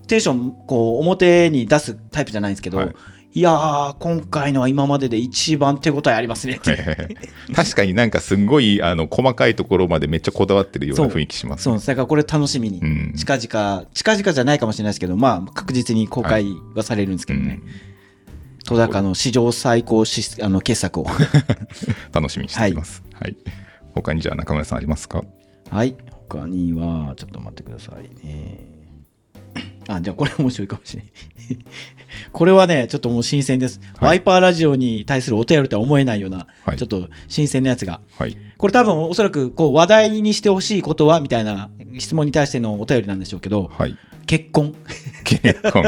テンションこう表に出すタイプじゃないんですけど、はい、いやー今回のは今までで一番手応えありますね確かになんかすごいあの細かいところまでめっちゃこだわってるような雰囲気しますね。 そう、そうだからこれ楽しみに、うん、近々近々じゃないかもしれないですけど、まあ確実に公開はされるんですけどね、はい、うん、戸高の史上最高しあの傑作を楽しみにしています、はいはい、他にじゃあ中村さんありますか？ はい、他にはちょっと待ってくださいね。あ、じゃあこれ面白いかもしれないこれはねちょっともう新鮮です、はい、ワイパーラジオに対するお便りとは思えないような、はい、ちょっと新鮮なやつが、はい、これ多分おそらくこう話題にしてほしいことはみたいな質問に対してのお便りなんでしょうけど、はい、結婚結婚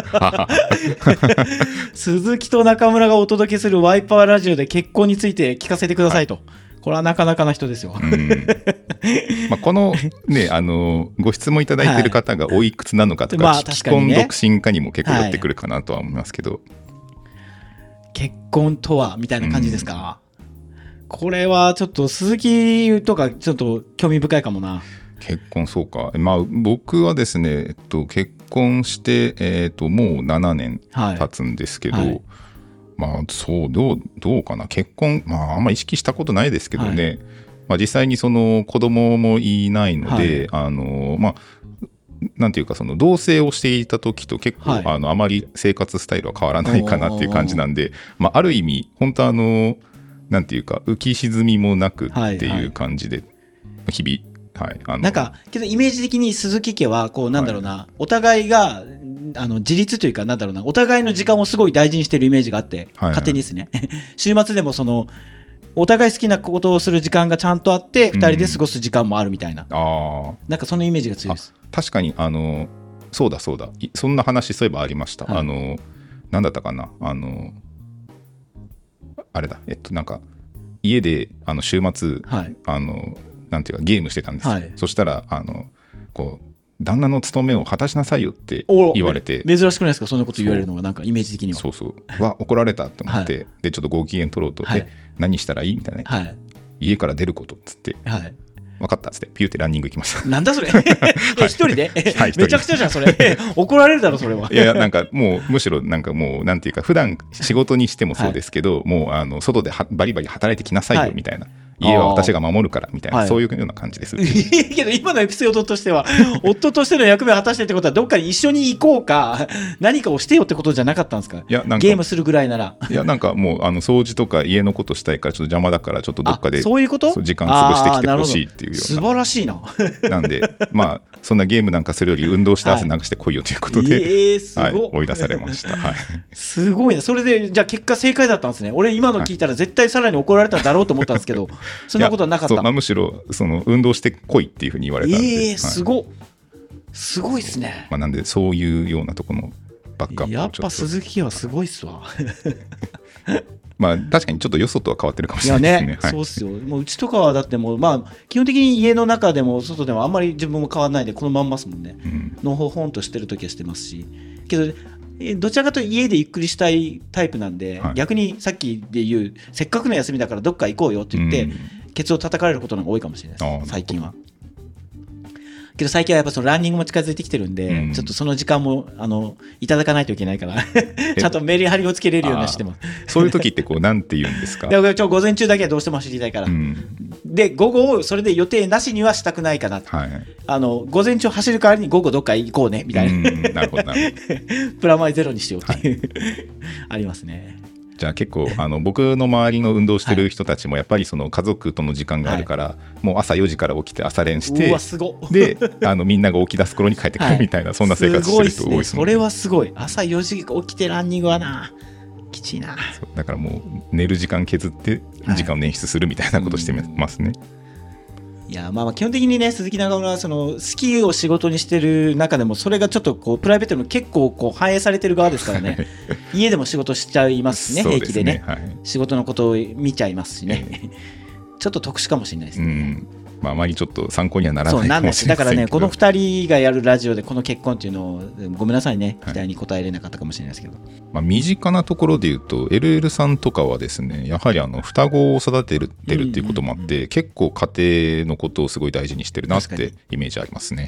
鈴木と中村がお届けするワイパーラジオで結婚について聞かせてくださいと、はい、これはなかなかな人ですよ、うんまあ、このねあのご質問いただいている方がおいくつなのかとか、はい、既婚独身かにも結構寄ってくるかなとは思いますけど、はい、 結婚とはみたいな感じですか、うん、これはちょっと鈴木とかちょっと興味深いかもな。 結婚そうか、まあ、僕はですね、えっと、結婚して、えー、ともうななねん経つんですけど、はいはい、まあそうどうどうかな、結婚、まああんまり意識したことないですけどね、はい、まあ、実際にその子供もいないので、はい、あのまあなんていうかその同棲をしていた時と結構、はい、あのあまり生活スタイルは変わらないかなっていう感じなんで、まあ、ある意味本当あのなんていうか浮き沈みもなくっていう感じで日々、はい、あのなんかけどイメージ的に鈴木家はこうなんだろうな、はい、お互いがあの自立というかなんだろうな、お互いの時間をすごい大事にしてるイメージがあって、はいはい、勝手にですね週末でもそのお互い好きなことをする時間がちゃんとあってふたりで過ごす時間もあるみたいな、うん、あなんかそのイメージが強いです。 確かにあのそうだそうだそんな話そういえばありました、はい、あのなんだったかなあのあれだえっとなんか家であの週末、はい、あのなんていうかゲームしてたんです、はい、そしたらあのこう旦那の務めを果たしなさいよって言われて、 珍しくないですかそんなこと言われるのが、なんかイメージ的には。 そうそうわ怒られたと思って、はい、でちょっとご機嫌取ろうと、はい、何したらいいみたいな、はい、家から出ることっつって、はい、分かったっつってピューってランニング行きました。 なんだそれ一人で、はい、めちゃくちゃじゃんそれ怒られるだろそれは。 いやなんかもうむしろなんかもうなんていうか普段仕事にしてもそうですけど、はい、もうあの外ではバリバリ働いてきなさいよみたいな、はい、家は私が守るからみたいな、はい、そういうような感じです。 けど今のエピソードとしては夫としての役目を果たしてってことはどっかに一緒に行こうか何かをしてよってことじゃなかったんですか。いやなんかゲームするぐらいなら。 いやなんかもうあの掃除とか家のことしたいからちょっと邪魔だからちょっとどっかでそういうこと時間潰してきてほしいっていうような。 素晴らしいななんでまあそんなゲームなんかするより運動して汗流してこいよということで、はいえーすごいはい、追い出されました、はい、 すごいな。それでじゃあ結果正解だったんですね。俺今の聞いたら絶対さらに怒られただろうと思ったんですけど、はい、そんなことはなかった。 そう、まあ、むしろその運動してこいっていうふうに言われたんで、 えー、すご、はい、すごいっすね。 まあ、なんでそういうようなところのバックアップをやっぱ鈴木はすごいっすわまあ確かにちょっとよそとは変わってるかもしれないですね。いやね、 はい、そうっすよ。もううちとかはだってもうまあ基本的に家の中でも外でもあんまり自分も変わらないでこのまんますもんね、うん、のほほんとしてる時はしてますし、けどどちらかというと家でゆっくりしたいタイプなんで、はい、逆にさっきで言うせっかくの休みだからどっか行こうよって言って、うん、ケツを叩かれることの方が多いかもしれないです最近は。けど最近はやっぱそのランニングも近づいてきてるんで、うん、ちょっとその時間もあのいただかないといけないからちゃんとメリハリをつけれるようにしてます。 そういう時ってこうなんて言うんですか。 いやちょ午前中だけはどうしても走りたいから、うん、で午後をそれで予定なしにはしたくないかな、はい、あの午前中走る代わりに午後どっか行こうねみたいな、うん、なるほどなるほどプラマイゼロにしようっていう、はい、ありますね。 じゃあ結構あの僕の周りの運動してる人たちもやっぱりその家族との時間があるから、はい、もう朝よじから起きて朝練してうわすごであのみんなが起き出す頃に帰ってくるみたいな、はい、そんな生活してる人多いですもんね。 それはすごい。朝よじ起きてランニングはなきちいな。 そうだからもう寝る時間削って時間を捻出するみたいなことしてますね、はいうん、いやまあまあ基本的にね鈴木中村はそのスキーを仕事にしてる中でもそれがちょっとこうプライベートにも結構こう反映されてる側ですからね家でも仕事しちゃいますしね平気でね、はい、仕事のことを見ちゃいますしね、えー、ちょっと特殊かもしれないですね。うんまあ、あまりちょっと参考にはならないかもしれないですけど。 だからねこのふたりがやるラジオでこの結婚っていうのをごめんなさいね期待に応えれなかったかもしれないですけど、はいまあ、身近なところで言うと エルエル さんとかはですねやはりあの双子を育てるっていうこともあって、うんうんうん、結構家庭のことをすごい大事にしてるなってイメージありますね。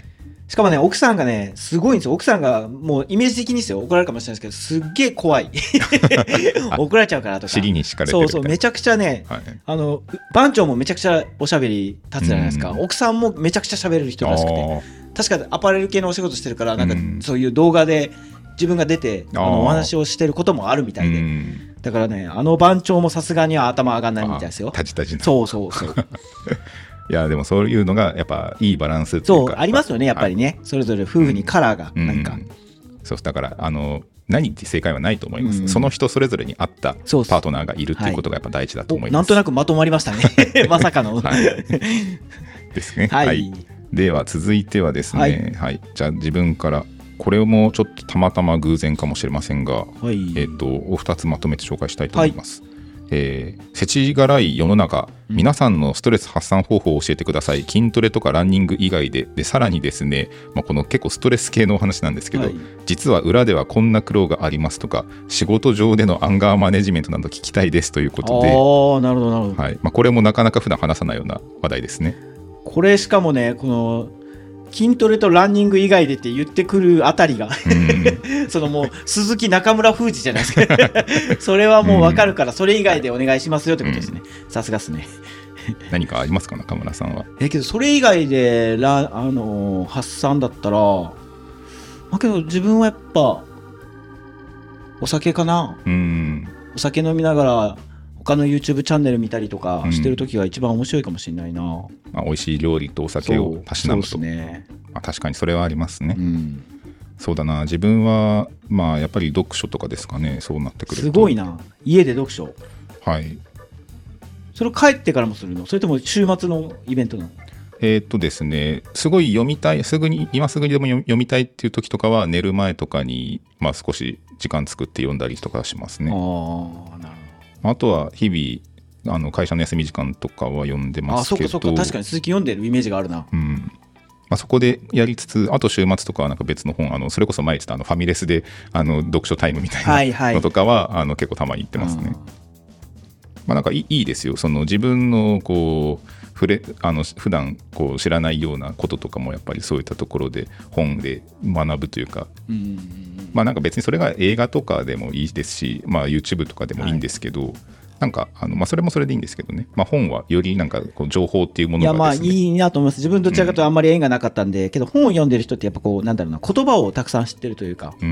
しかもね、奥さんがね、すごいんですよ。奥さんが、もうイメージ的にですよ、怒られるかもしれないですけど、すっげえ怖い。怒られちゃうからとか。 尻に敷かれてるみたいな。 そうそう、めちゃくちゃね、はい、あの、番長もめちゃくちゃおしゃべり立つじゃないですか。奥さんもめちゃくちゃ喋れる人らしくて。確かアパレル系のお仕事してるから、なんかそういう動画で自分が出て、あのお話をしてることもあるみたいで。だからね、あの番長もさすがには頭上がんないみたいですよ。 タジタジな。 そうそうそう。 いやでもそういうのがやっぱいいバランスっていうか、 そうありますよねやっぱりね、はい、それぞれ夫婦にカラーがなんか、うん、 そうだからあの何って正解はないと思います、うん、その人それぞれに合ったパートナーがいるっていうことがやっぱ大事だと思います、はい、 なんとなくまとまりましたねまさかの、はい、 ですね、はいはい、では続いてはですね、はいはい、じゃあ自分からこれもちょっとたまたま偶然かもしれませんが、はいえー、とお二つまとめて紹介したいと思います、はいえー、世知辛い世の中、皆さんのストレス発散方法を教えてください。筋トレとかランニング以外で、でさらにですね、まあ、この結構ストレス系のお話なんですけど、はい、実は裏ではこんな苦労がありますとか、仕事上でのアンガーマネジメントなど聞きたいですということで、 あなるほどなるほど、 はいまあ、これもなかなか普段話さないような話題ですね。 これしかもね、この筋トレとランニング以外でって言ってくるあたりがそのもう鈴木中村封じじゃないですかそれはもう分かるからそれ以外でお願いしますよってことですね。さすがっすね何かありますか中村さんは。 えけどそれ以外でラ、あのー、発散だったら、まあ、けど自分はやっぱお酒かな。うんお酒飲みながら他の YouTube チャンネル見たりとかしてるときが一番面白いかもしれないな、うんまあ、美味しい料理とお酒をたしなむと。 そうですね、 まあ、確かにそれはありますね、うん、そうだな自分はまあやっぱり読書とかですかね。そうなってくるとすごいな。家で読書。 はいそれ帰ってからもするの？それとも週末のイベントなの？ えー、っとですねすごい読みたいすぐに今すぐにでも読みたいっていう時とかは寝る前とかに、まあ、少し時間作って読んだりとかしますね。ああなるほど。あとは日々あの会社の休み時間とかは読んでますけど。あ、そっかそっか確かに鈴木読んでるイメージがあるな、 うんまあ、そこでやりつつあと週末とかはなんか別の本あのそれこそ前言ってたあのファミレスであの読書タイムみたいなのとかは、はいはい、あの結構たまに行ってますね。まあ、なんかいいですよその自分のこう触れあの普段こう知らないようなこととかもやっぱりそういったところで本で学ぶというか、うんまあなんか別にそれが映画とかでもいいですし、まあ、YouTube とかでもいいんですけど、はい、なんかあのまあそれもそれでいいんですけどね、まあ、本はよりなんかこう情報っていうものがですね、いやまあいいなと思います。自分どちらかというとあんまり縁がなかったんで、うん、けど本を読んでる人ってやっぱこうなんだろうな言葉をたくさん知ってるというか、うん、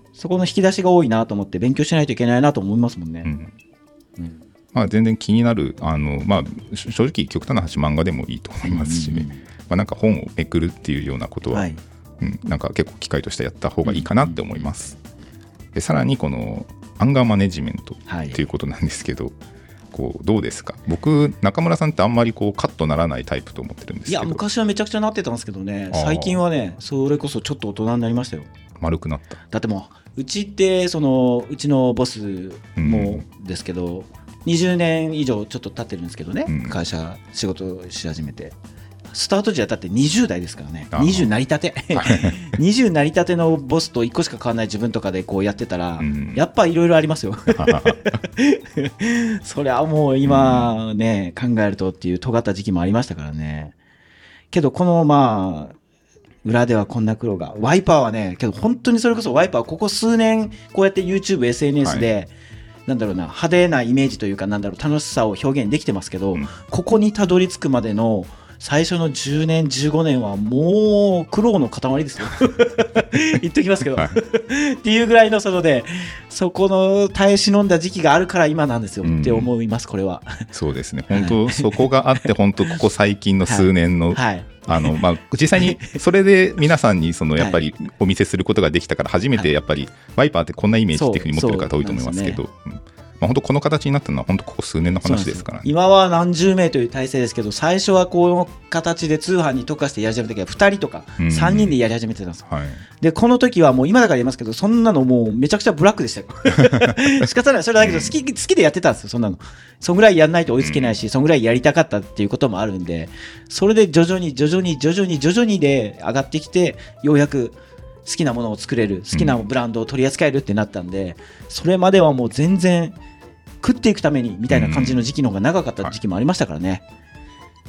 そこの引き出しが多いなと思って勉強しないといけないなと思いますもんね、うんうんまあ、全然気になるあの、まあ、正直極端な話漫画でもいいと思いますしね、うんうんうんまあ、なんか本をめくるっていうようなことは、はいうん、なんか結構機会としてやった方がいいかなって思います、うんうん、でさらにこのアンガーマネジメントっていうことなんですけど、はい、こうどうですか。僕中村さんってあんまりこうカッとならないタイプと思ってるんですけど。 いや昔はめちゃくちゃなってたんですけどね、最近はねそれこそちょっと大人になりましたよ。 丸くなった。 だってもううちってそのうちのボスもですけど、うんにじゅうねん以上ちょっと経ってるんですけどね、うん、会社仕事し始めてスタート時はだってにじゅう代ですからね。にじゅうなりたてにじゅうなりたてのボスといっこしか変わらない自分とかでこうやってたら、うん、やっぱいろいろありますよそれはもう今ね、うん、考えるとっていう尖った時期もありましたからね。けどこのまあ裏ではこんな苦労がワイパーはね、けど本当にそれこそワイパーここ数年こうやって YouTube、エスエヌエス で、はいなんだろうな派手なイメージというかなんだろう楽しさを表現できてますけど、うん、ここにたどり着くまでの最初のじゅうねんじゅうごねんはもう苦労の塊ですよ言っときますけど、はい、っていうぐらいのそのでそこの耐え忍んだ時期があるから今なんですよ、うん、って思います。これはそうですね本当そこがあって本当ここ最近の数年の、はいはいあのまあ、実際にそれで皆さんにそのやっぱりお見せすることができたから初めてやっぱりワイパーってこんなイメージっていうふうに持ってる方多いと思いますけど、まあ、本当この形になったのは本当ここ数年の話ですからね。 今は何十名という体制ですけど最初はこの形で通販に特化してやり始めた時はふたりとかさんにんでやり始めてたんです、うんはい、でこの時はもう今だから言いますけどそんなのもうめちゃくちゃブラックでしたよ仕方ないそれだけど好き、好きでやってたんですよ。そんなのそんぐらいやんないと追いつけないし、うん、そんぐらいやりたかったっていうこともあるんでそれで徐々に徐々に徐々に徐々にで上がってきてようやく好きなものを作れる好きなブランドを取り扱えるってなったんで、うん、それまではもう全然食っていくためにみたいな感じの時期の方が長かった時期もありましたからね、 うん、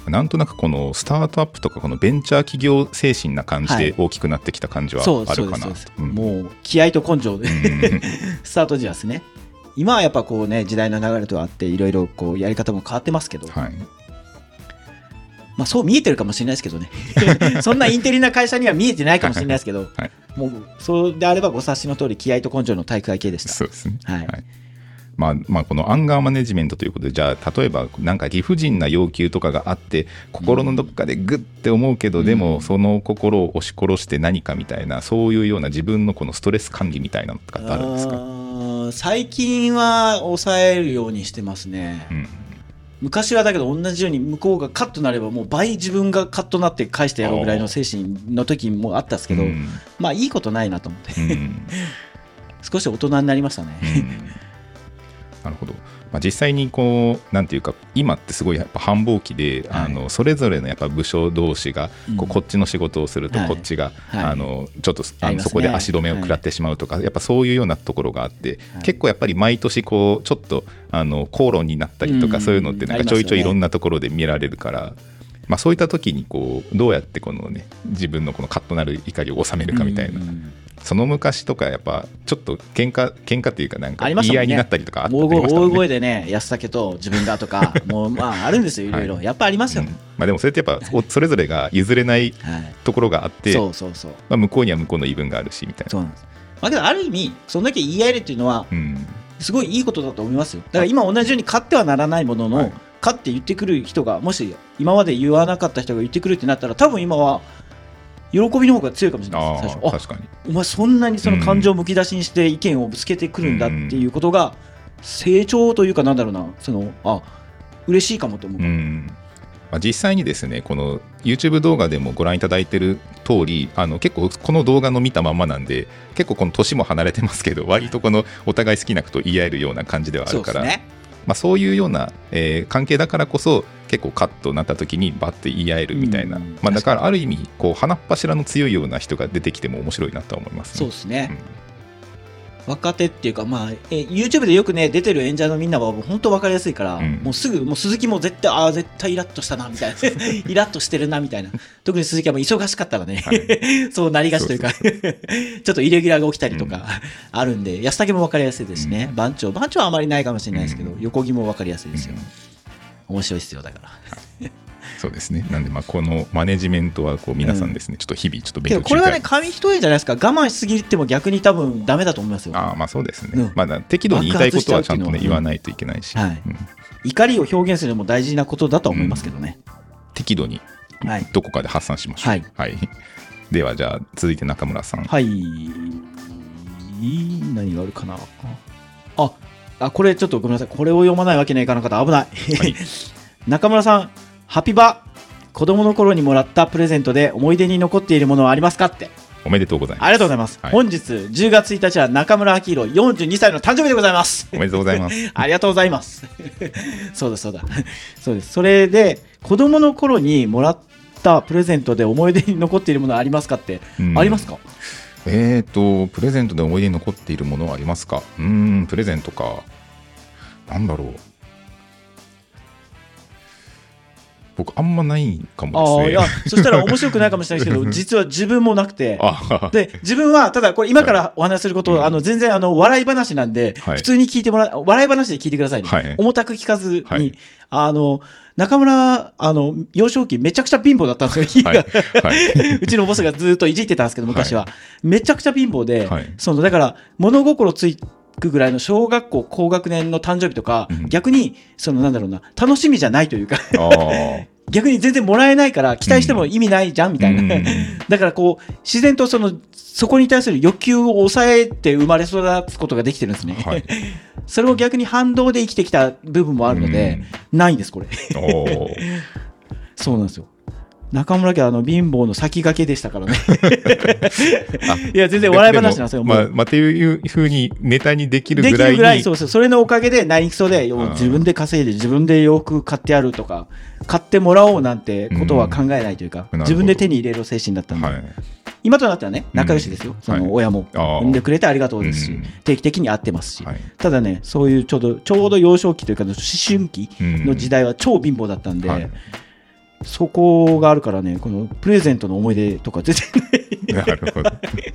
なんとなくこのスタートアップとかこのベンチャー企業精神な感じで大きくなってきた感じはあるかな、 うん、もう気合と根性でスタート時はですね。今はやっぱこうね時代の流れとあっていろいろこうやり方も変わってますけど、はい、まあそう見えてるかもしれないですけどねそんなインテリな会社には見えてないかもしれないですけど、はい、もうそうであればご察しの通り気合と根性の体育会系でした。 そうですね、はいはい。まあまあ、このアンガーマネジメントということで、じゃあ例えばなんか理不尽な要求とかがあって心のどっかでグッて思うけど、うん、でもその心を押し殺して何かみたいな、そういうような自分のこのストレス管理みたいなのとかってあるんですか？ あ、最近は抑えるようにしてますね、うん、昔はだけど同じように向こうがカッとなればもう倍自分がカッとなって返してやろうぐらいの精神の時もあったんですけど、うん、まあいいことないなと思って、うん、少し大人になりましたね、うんなるほど。まあ、実際にこうなんていうか今ってすごいやっぱ繁忙期で、はい、あのそれぞれのやっぱ部署同士がこう、うん、こっちの仕事をするとこっちが、はい、あのちょっとあの、ね、そこで足止めを食らってしまうとか、はい、やっぱそういうようなところがあって、はい、結構やっぱり毎年こうちょっとあの口論になったりとか、うん、そういうのってなんかちょいちょいいろんなところで見られるから、まあ、そういった時にこうどうやってこの、ね、自分のこのカッとなる怒りを収めるかみたいな、うん、その昔とかやっぱちょっと喧嘩喧嘩っていうかなんか言い合いになったりとかあったりましたもんね。 大声でね安武と自分だとかもうまああるんですよいろいろ、はい、やっぱありますよ、うんまあ、でもそれってやっぱそれぞれが譲れないところがあって、 はい、そうそうそう、 まあ、向こうには向こうの言い分があるしみたいな。 そうなんです。まあ、けどある意味そんだけ言い合えるっていうのは、うん、すごいいいことだと思いますよ。だから今同じように勝ってはならないものの、はい、勝って言ってくる人がもし今まで言わなかった人が言ってくるってなったら多分今は喜びの方が強いかもしれないです。最初あ確かにお前そんなにその感情をむき出しにして意見をぶつけてくるんだっていうことが成長というかなんだろうな、そのあ嬉しいかもと思う。うんまあ、実際にですねこの YouTube 動画でもご覧いただいている通りあの結構この動画の見たままなんで結構この年も離れてますけど割とこのお互い好きなことを言い合えるような感じではあるから、そうですね、まあ、そういうような、えー、関係だからこそ結構カッとなった時にバッて言い合えるみたいな、うんまあ、だからある意味こう鼻っ柱の強いような人が出てきても面白いなと思いますね。 そうですね、うん、若手っていうか、まあ、え YouTube でよくね出てる演者のみんなは本当分かりやすいから、うん、もうすぐもう鈴木も絶対ああ絶対イラッとしたなみたいなイラッとしてるなみたいな特に鈴木はもう忙しかったらね、はい、そうなりがちというかそうそうそうちょっとイレギュラーが起きたりとか、うん、あるんで安武も分かりやすいですしね、うん、番長番長はあまりないかもしれないですけど、うん、横木も分かりやすいですよ、うん、面白いですよだから、はいそうですね。なんでまあこのマネジメントはこう皆さんですね、うん、ちょっと日々ちょっと勉強中。 これはね紙一重じゃないですか。我慢しすぎても逆に多分ダメだと思いますよ。 ああまあそうですね、うん、まだ適度に言いたいことはちゃんとね言わないといけないし、はいうん、怒りを表現するのも大事なことだと思いますけどね、うん、 適度にどこかで発散しましょう、はいはい、ではじゃあ続いて中村さん。 はい何があるかなああこれちょっとごめんなさい、これを読まないわけにはいかなかった危ない、はい、中村さんハピバ子供の頃にもらったプレゼントで思い出に残っているものはありますかって。 おめでとうございます。 ありがとうございます、はい、本日じゅうがつついたちは中村明宏よんじゅうにさいの誕生日でございます。 おめでとうございますありがとうございますそうだそうだそうです。それで子供の頃にもらったプレゼントで思い出に残っているものはありますかって、うん、ありますか？ えーとプレゼントで思い出に残っているものはありますか？うーんプレゼントかなんだろう、僕あんまないかもですね。 あいやそしたら面白くないかもしれないですけど実は自分もなくてで自分はただこれ今からお話しすること、はい、あの全然あの笑い話なんで、はい、普通に聞いてもら笑い話で聞いてくださいね、はい、重たく聞かずに、はい、あの中村あの幼少期めちゃくちゃ貧乏だったんですよ、はいはい、うちのボスがずっといじってたんですけど昔は、はい、めちゃくちゃ貧乏で、はい、そのだから物心ついぐらいの小学校高学年の誕生日とか、うん、逆にそのなんだろうな楽しみじゃないというか逆に全然もらえないから期待しても意味ないじゃん、うん、みたいな、うん、だからこう自然とそのそこに対する欲求を抑えて生まれ育つことができてるんですね、はい、それを逆に反動で生きてきた部分もあるので、うん、ないんですこれそうなんですよ。中村家はあの貧乏の先駆けでしたからねいや全然笑い話なんですよ。 まあ、まあ、っていうふうにネタにできるぐらいにできるぐらいそうそうそれのおかげで何くそで自分で稼いで自分で洋服買ってやるとか買ってもらおうなんてことは考えないというか、うん、自分で手に入れる精神だったんで、はい、今となってはね仲良しですよ、うん、その親も産んでくれてありがとうですし、うん、定期的に会ってますし、はい、ただねそういうちょうどちょうど幼少期というか思春期の時代は超貧乏だったんで、うんはいそこがあるからね、このプレゼントの思い出とか全然ない。 なるほど。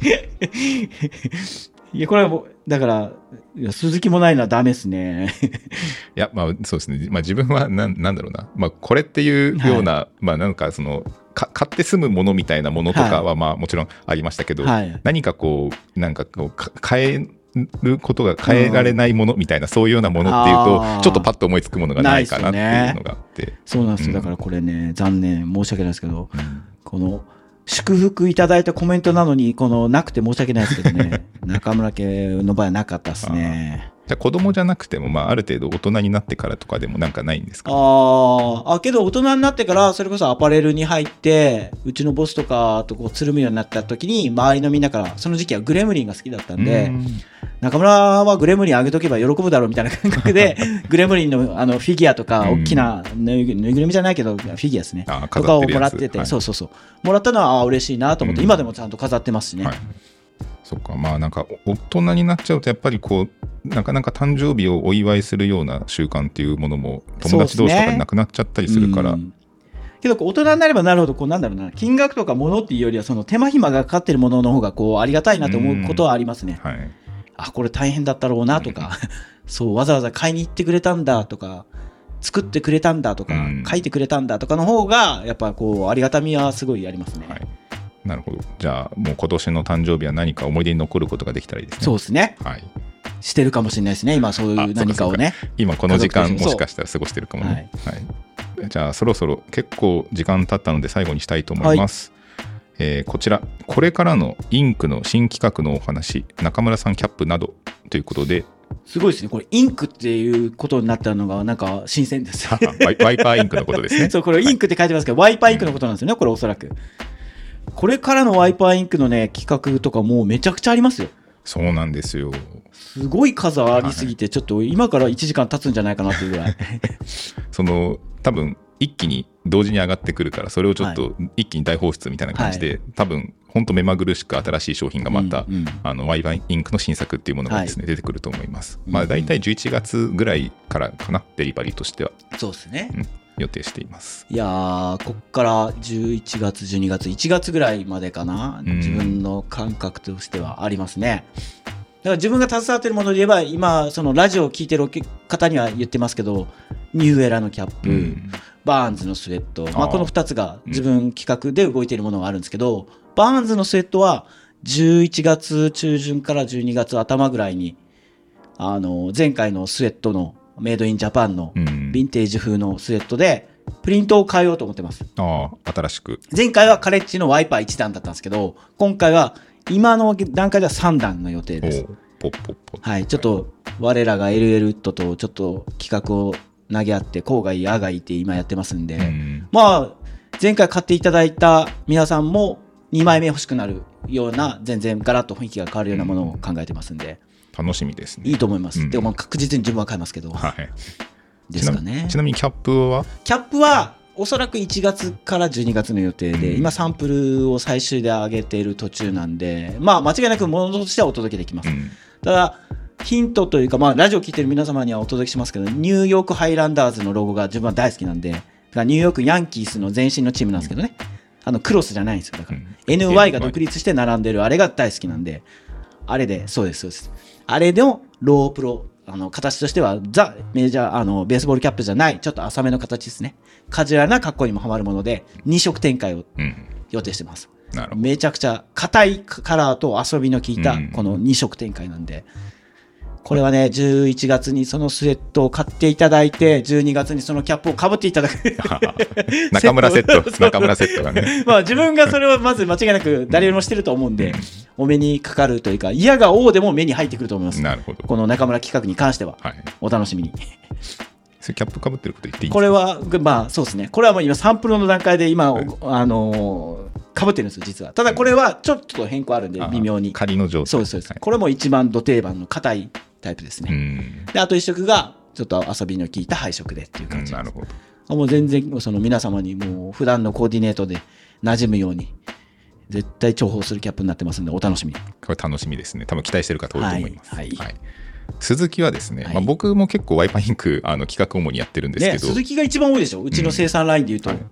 いやこれはもうだからいや鈴木もないのはダメですね。 いやまあそうですね、まあ、自分はな ん, なんだろうな、まあ、これっていうような、はい、まあなんかそのか買って済むものみたいなものとかはまあもちろんありましたけど、はい、何かこうなんかこう変えることが変えられないものみたいな、うん、そういうようなものっていうとちょっとパッと思いつくものがないかなっていうのがあって、ね、 そうなんですよ、うん、だからこれね残念申し訳ないですけど、うん、この祝福いただいたコメントなのにこのなくて申し訳ないですけどね中村家の場合はなかったですね。 じゃあ子供じゃなくても、まあ、ある程度大人になってからとかでもなんかないんですか？ ああけど大人になってからそれこそアパレルに入ってうちのボスとかとこうつるむようになった時に周りのみんなからその時期はグレムリンが好きだったんで、ん中村はグレムリンあげとけば喜ぶだろうみたいな感覚でグレムリン の, あのフィギュアとか大きなぬいぐるみじゃないけどフィギュアですねとかをもらってて、はい、そうそうそうもらったのはあ嬉しいなと思って、今でもちゃんと飾ってますしね、はい、 そっか、まあなんか大人になっちゃうとやっぱりこうなかなか誕生日をお祝いするような習慣っていうものも友達同士とかになくなっちゃったりするから、ね、 けど大人になればなるほどこうなんだろうな金額とか物っていうよりはその手間暇がかかってるものの方がこうありがたいなと思うことはありますね、はい、あこれ大変だったろうなとかそうわざわざ買いに行ってくれたんだとか作ってくれたんだとか書いてくれたんだとかの方がやっぱこうありがたみはすごいありますね、はい、 なるほど。じゃあもう今年の誕生日は何か思い出に残ることができたらいいですね。 そうですね、はい、してるかもしれないですね今そういう何かをね今この時間もしかしたら過ごしてるかもね、はいはい、じゃあそろそろ結構時間経ったので最後にしたいと思います、はいえー、こちらこれからのインクの新企画のお話中村さんキャップなどということですごいですねこれインクっていうことになったのがなんか新鮮ですワイパーインクのことですねそうこれインクって書いてますけど、はい、ワイパーインクのことなんですよね、うん、これおそらくこれからのワイパーインクのね企画とかもうめちゃくちゃありますよ。 そうなんですよすごい数ありすぎて、はい、ちょっと今からいちじかん経つんじゃないかなっていうぐらいその多分一気に同時に上がってくるからそれをちょっと一気に大放出みたいな感じで、はい、多分本当目まぐるしく新しい商品がまた、うんうん、あのワイパーインクの新作っていうものがですね、はい、出てくると思います、まあ、だいたいじゅういちがつぐらいからかなデリバリーとしてはそうですね、 うん予定しています。 いやーこっからじゅういちがつじゅうにがついちがつぐらいまでかな、うん、自分の感覚としてはありますね。だから自分が携わっているもので言えば今そのラジオを聞いてる方には言ってますけどニューエラのキャップ、うん、バーンズのスウェット、まあ、このふたつが自分企画で動いているものがあるんですけど、うん、バーンズのスウェットはじゅういちがつ中旬からじゅうにがつ頭ぐらいにあの前回のスウェットのメイドインジャパンのヴィンテージ風のスウェットでプリントを変えようと思ってます。 ああ新しく前回はカレッジのワイパーいちだんだったんですけど今回は今の段階ではさんだんの予定です。 ポッポッポッはいちょっと我らが エルエル ウッドとちょっと企画を投げ合って郊外野外って今やってますんで、んまあ前回買っていただいた皆さんもにまいめ欲しくなるような全然ガラッと雰囲気が変わるようなものを考えてますんで楽しみですね。 いいと思います、うん、でも確実に自分は買いますけど、はい、ですかね。 ちな、ちなみにキャップはキャップはおそらくいちがつからじゅうにがつの予定で、うん、今サンプルを最終で上げている途中なんでまあ間違いなくものとしてはお届けできます、うん、ただヒントというか、まあ、ラジオ聞いてる皆様にはお届けしますけどニューヨークハイランダーズのロゴが自分は大好きなんでだからニューヨークヤンキースの前身のチームなんですけどねあのクロスじゃないんですよだから、うん、エヌワイ が独立して並んでるあれが大好きなんであれでそうですそうですあれでもロープロあの形としてはザ・メジャーあのベースボールキャップじゃないちょっと浅めの形ですねカジュアルな格好にもハマるものでに色展開を予定してます、うん、なるほどめちゃくちゃ硬いカラーと遊びの効いたこのに色展開なんで、うん、これはねじゅういちがつにそのスウェットを買っていただいてじゅうにがつにそのキャップをかぶっていただく中村セット中村セットがねまあ自分がそれをまず間違いなく誰よりもしてると思うんで、うんお目にかかるというか嫌が王でも目に入ってくると思います。 なるほどこの中村企画に関しては、はい、お楽しみにそれキャップかぶってること言っていいんですか。 これはまあそうですねこれはもう今サンプルの段階で今、はい、あのー、かぶってるんですよ実はただこれはちょっと変更あるんで微妙に仮の状態そうですそうです、はい、これも一番ド定番の硬いタイプですねうんであと一色がちょっと遊びの効いた配色でっていう感じです、うん、なるほどもう全然その皆様にもう普段のコーディネートで馴染むように絶対重宝するキャップになってますのでお楽しみに。 これ楽しみですね多分期待してる方多いと思います、 はいはいはい、 鈴木はですね、はいまあ、僕も結構ワイパーインクあの企画主にやってるんですけど、ね、 鈴木が一番多いでしょうちの生産ラインでいうと、うんはい、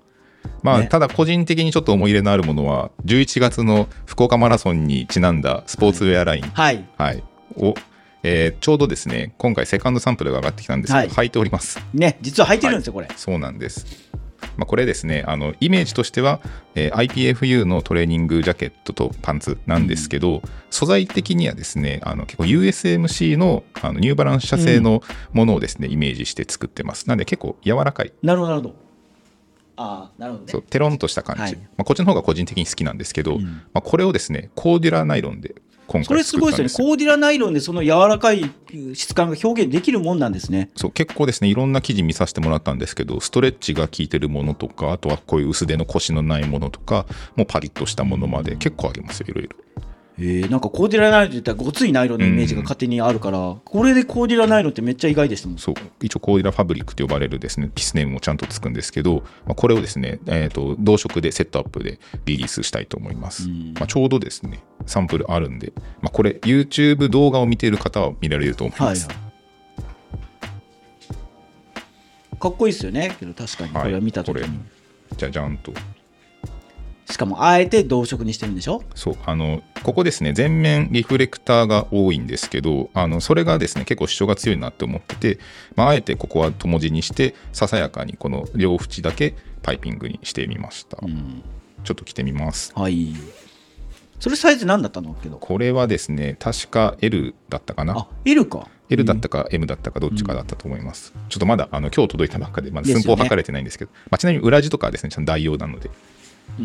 まあ、 ね、 ただ個人的にちょっと思い入れのあるものはじゅういちがつの福岡マラソンにちなんだスポーツウェアライン、 はいはい、を、えー、ちょうどですね今回セカンドサンプルが上がってきたんですけど、はい、履いておりますね。実は履いてるんですよ、 はい、 これ。 そうなんです。まあ、これですねあのイメージとしては、えー、アイピーエフユー のトレーニングジャケットとパンツなんですけど、うん、素材的にはですねあの結構 ユーエスエムシー の, あのニューバランス社製のものをですね、うん、イメージして作ってます。なので結構柔らかい。 なるほどなるほど。あなるほどね、 そうテロンとした感じ、はい、まあ、こっちの方が個人的に好きなんですけど、うん、まあ、これをですねコーデュラナイロンで今回作ったんですよ。それすごいですよね。コーデュラナイロンでその柔らかい質感が表現できるもんなんですね。 そう結構ですねいろんな生地見させてもらったんですけど、ストレッチが効いてるものとか、あとはこういう薄手のコシのないものとか、もうパリッとしたものまで結構ありますよ、いろいろ。 えー、なんかコーデュラナイロンって言ったらごついナイロンのイメージが勝手にあるから、うん、これでコーデュラナイロンってめっちゃ意外でしたもん。 そう一応コーデュラファブリックと呼ばれるですねピスネームもちゃんとつくんですけど、まあ、これをですね、えーと、同色でセットアップでリリースしたいと思います、うん、まあ、ちょうどですねサンプルあるんで、まあ、これ YouTube 動画を見ている方は見られると思います、はい、 かっこいいですよね。けど確かにこれは見たときに、はい、 じゃじゃんと、 しかもあえて同色にしてるんでしょ。 そうあのここですね全面リフレクターが多いんですけど、あのそれがですね結構主張が強いなって思ってて、まあ、あえてここは友字にしてささやかにこの両縁だけパイピングにしてみました、うん、ちょっと着てみます。 はい。それサイズ何だったのけど。 これはですね確か エル だったかな。 あ エル か。 エル だったか エム だったかどっちかだったと思います、うん、ちょっとまだあの今日届いたばっかで、まだ寸法測れてないんですけど、まあ、ちなみに裏地とかはですねちゃんと代用なので、うん、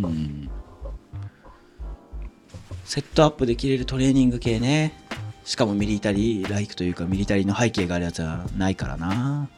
セットアップで着れるトレーニング系ね。しかもミリタリーライクというかミリタリーの背景があるやつはないからな。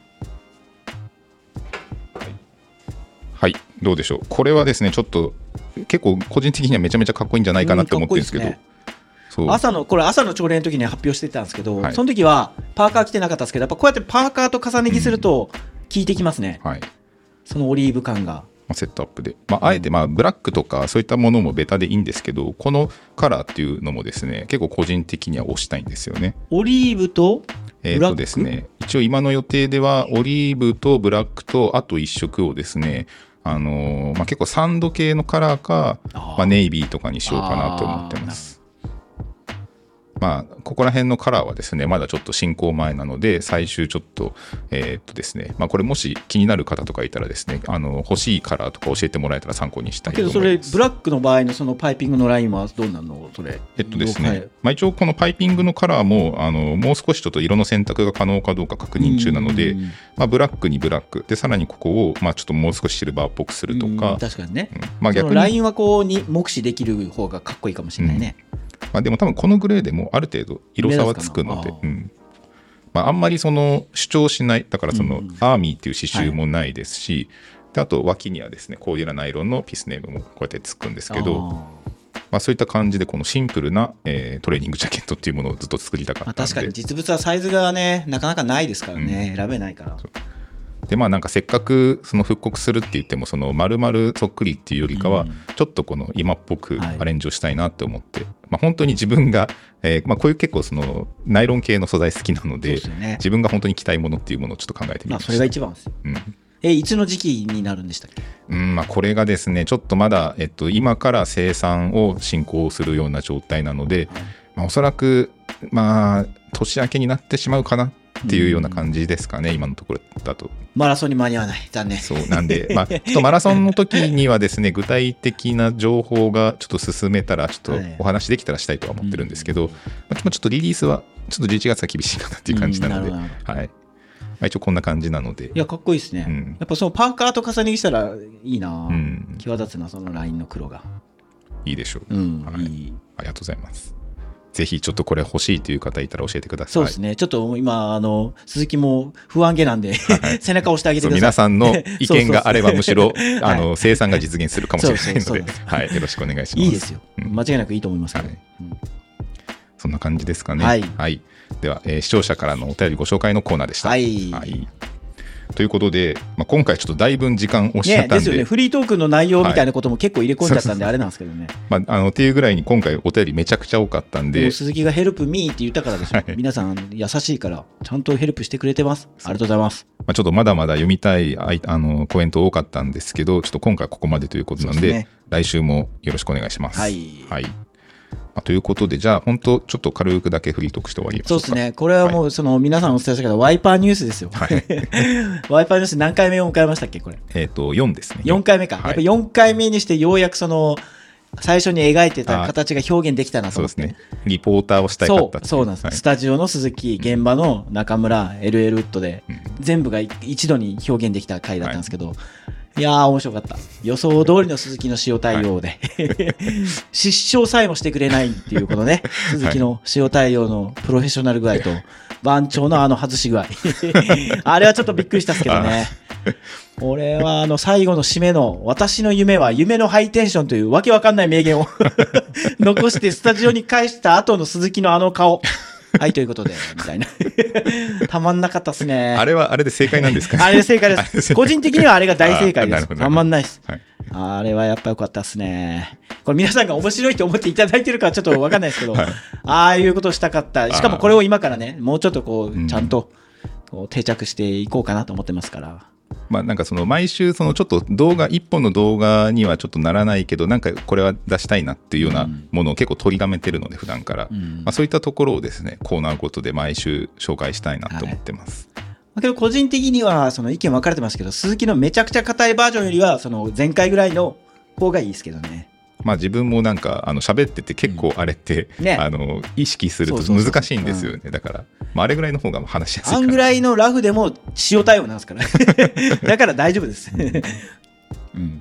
はい、はい、どうでしょう。これはですねちょっと結構個人的にはめちゃめちゃかっこいいんじゃないかなって思ってるんですけど、うん、 そう朝のこれ朝の朝礼の時に発表してたんですけど、はい、その時はパーカー着てなかったんですけど、やっぱこうやってパーカーと重ね着すると効いてきますね、うんはい、そのオリーブ感がセットアップで、まあ、あえてまあブラックとかそういったものもベタでいいんですけど、このカラーっていうのもですね結構個人的には推したいんですよね。 オリーブとえーとですね、一応今の予定ではオリーブとブラックとあと一色をですね、あのーまあ、結構サンド系のカラーかまあ、ネイビーとかにしようかなと思ってます。まあ、ここら辺のカラーはですねまだちょっと進行前なので最終ちょっとえー、っとですねまあこれもし気になる方とかいたらですねあの欲しいカラーとか教えてもらえたら参考にしたいと思います。 けどそれブラックの場合のそのパイピングのラインはどうなのそれ。 えっとですねまあ一応このパイピングのカラーもあのもう少しちょっと色の選択が可能かどうか確認中なので、まあ、ブラックにブラックでさらにここをまあちょっともう少しシルバーっぽくするとか。 確かにね、 うんまあ、逆にラインはこうに目視できる方がかっこいいかもしれないね、 うんまあ、でも多分このグレーでもある程度色差はつくので、うんまあ、あんまりその主張しないだからそのアーミーっていう刺繍もないですし、はい、であと脇にはですねコーデュラナイロンのピスネームもこうやってつくんですけど、まあ、そういった感じでこのシンプルな、えー、トレーニングジャケットっていうものをずっと作りたかったので、まあ、 確かに実物はサイズがねなかなかないですからね、うん、選べないから。 でまあなんかせっかくその復刻するって言ってもその丸々そっくりっていうよりかはちょっとこの今っぽくアレンジをしたいなって思って、はいまあ、本当に自分が、えーまあ、こういう結構そのナイロン系の素材好きなの で, で、ね、自分が本当に着たいものっていうものをちょっと考えてみました。まあ、 それが一番ですよ、うんえいつの時期になるんでしたっけ。 うんまあ、これがですねちょっとまだ、えっと、今から生産を進行するような状態なので、はいまあ、おそらくまあ年明けになってしまうかなっていうような感じですかね、うん、今のところだと。 マラソンに間に合わない残念。 そうなんで、まあ、ちょっとマラソンの時にはですね具体的な情報がちょっと進めたらちょっとお話できたらしたいとは思ってるんですけど、はいまあ、ちょっとリリースはちょっとじゅういちがつは厳しいかなっていう感じなので、うんはいまあ、一応こんな感じなので。いやかっこいいですね、うん、やっぱそのパーカーと重ね着したらいいな、うん、際立つなそのラインの黒がいいでしょう、 うんはい、 いいありがとうございます。ぜひちょっとこれ欲しいという方いたら教えてください。 そうですねちょっと今あの鈴木も不安げなんで、はい、背中を押してあげてください。 皆さんの意見があればむしろあの生産が実現するかもしれないのではい、よろしくお願いします。 いいですよ、うん、間違いなくいいと思いますから、はいうん、 そんな感じですかね。 はい、 はい、では、えー、視聴者からのお便りご紹介のコーナーでした。 はい、 はいということで、まあ、今回ちょっとだいぶ時間押しちゃったんで、 ね、ですよね。フリートークの内容みたいなことも結構入れ込んじゃったんであれなんですけどね。 まあ、あのっていうぐらいに今回お便りめちゃくちゃ多かったんで、 でも鈴木がヘルプミーって言ったからでしょ、はい、皆さん優しいからちゃんとヘルプしてくれてます。ありがとうございます。 まあ、ちょっとまだまだ読みたいあのコメント多かったんですけど、ちょっと今回ここまでということなん で, で、ね、来週もよろしくお願いします。 はい、はい。 まあ、ということで、じゃあ本当ちょっと軽くだけフリートークして終わりましょうか。 そうですね。これはもうその皆さんお伝えしたけど、ワイパーニュースですよ。はい、ワイパーニュース何回目を迎えましたっけこれ。 えっ、ー、とよんですね。 よんかいめか。はい、やっぱよんかいめにしてようやくその最初に描いてた形が表現できたなと思って。 そうですね。リポーターをしたいかったっていう。 そうそうなんです、はい。スタジオの鈴木、現場の中村、エルエルウッドで、うん、全部が一度に表現できた回だったんですけど。はい、いやー面白かった。予想通りの鈴木の塩対応で、はい、失笑さえもしてくれないっていうこのね、鈴木の塩対応のプロフェッショナル具合と番長のあの外し具合あれはちょっとびっくりしたっすけどね。俺はあの最後の締めの私の夢は夢のハイテンションというわけわかんない名言を残してスタジオに返した後の鈴木のあの顔はいということでみたいなたまんなかったっすね。 あれはあれで正解なんですか、ね、 あれで正解です。個人的にはあれが大正解です。たまんないです、はい、あれはやっぱ良かったっすね。これ皆さんが面白いと思っていただいてるかちょっと分かんないですけど、はい、ああいうことをしたかった。しかもこれを今からねもうちょっとこうちゃんとこう定着していこうかなと思ってますから。 まあ、なんかその毎週そのちょっと動画一本の動画にはちょっとならないけどなんかこれは出したいなっていうようなものを結構取りだめてるので普段から、うんまあ、そういったところをですねコーナーごとで毎週紹介したいなと思ってます、はい、 けど個人的にはその意見分かれてますけど鈴木のめちゃくちゃ硬いバージョンよりはその前回ぐらいの方がいいですけどね。まあ、 自分もなんかあの喋ってて結構あれって、うんね、あの意識すると難しいんですよね。だから、まあ、あれぐらいの方が話しやすいかな。 あんぐらいのラフでも塩対応なんですからだから大丈夫です、うん、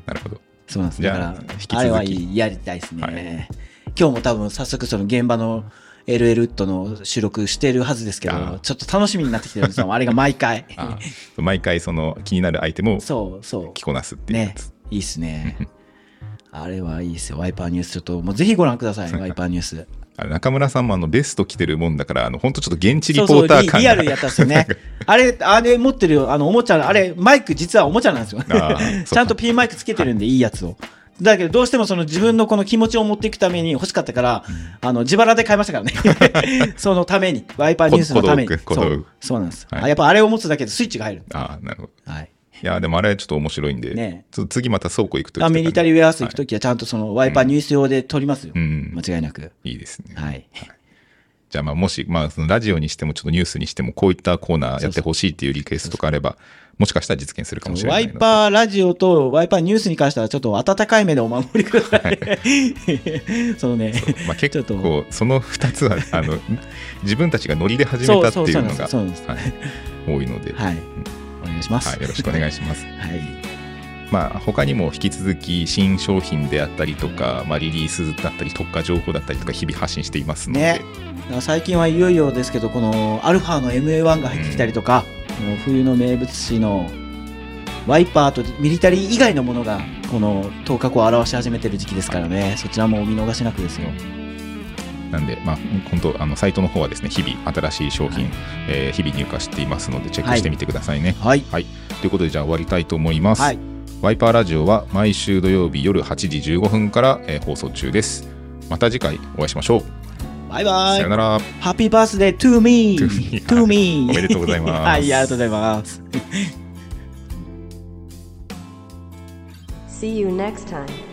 なるほど。 そうなんです。だから引き続きあれはやりたいですね、はい、今日も多分早速その現場の エルエルウッドの収録してるはずですけどちょっと楽しみになってきてるんですよあれが毎回あ毎回その気になるアイテムを着こなすっていうやつ、 ね、いいっすねあれはいいですよ。ワイパーニュースちょっともうぜひご覧くださいワイパーニュース中村さんもあのベスト着てるもんだからあの本当ちょっと現地リポーター感がそうそう リ, リアルやったんですよねあれあれ持ってるあのおもちゃあれマイク実はおもちゃなんですよちゃんとピンマイクつけてるんでいいやつをだけどどうしてもその自分のこの気持ちを持っていくために欲しかったから、うん、あの自腹で買いましたからねそのためにワイパーニュースのためにそうそうなんです、はい、やっぱあれを持つだけでスイッチが入る。 あなるほど、 はい、 いやでもあれちょっと面白いんで、ね、ちょっと次また倉庫行くときとか、 ね、ミリタリーウェアハウス行くときはちゃんとそのワイパーニュース用で撮りますよ、うん、間違いなく。 いいですね、 はい、 じゃあまあもし、まあ、そのラジオにしてもちょっとニュースにしてもこういったコーナーやってほしいっていうリクエストとかあればもしかしたら実現するかもしれないので。 ワイパーラジオとワイパーニュースに関してはちょっと温かい目でお守りください、はい、そのねそまあ、結構そのふたつはあの自分たちがノリで始めたっていうのが多いので、 はい、お願いします、 はい、よろしくお願いします、 はいまあ、他にも引き続き新商品であったりとか、まあ、リリースだったり特化情報だったりとか日々発信していますので、 ね、最近はいよいよですけどこのアルファの エムエーワン が入ってきたりとか、うん、冬の名物誌のワイパーとミリタリー以外のものがこの頭角を現し始めてる時期ですからね、はい、そちらもお見逃しなくですよ。 なんで、まあ、本当あのサイトの方はですね日々新しい商品、はいえー、日々入荷していますのでチェックしてみてくださいね。 はい、 はい、ということでじゃあ終わりたいと思います、 はい、 ワイパーラジオは毎週土曜日夜はちじじゅうごふんから、えー、放送中です。また次回お会いしましょう。 バイバイ。 さよなら。 ハッピーバースデー to me to me おめでとうございますはい、ありがとうございます。 See you next time.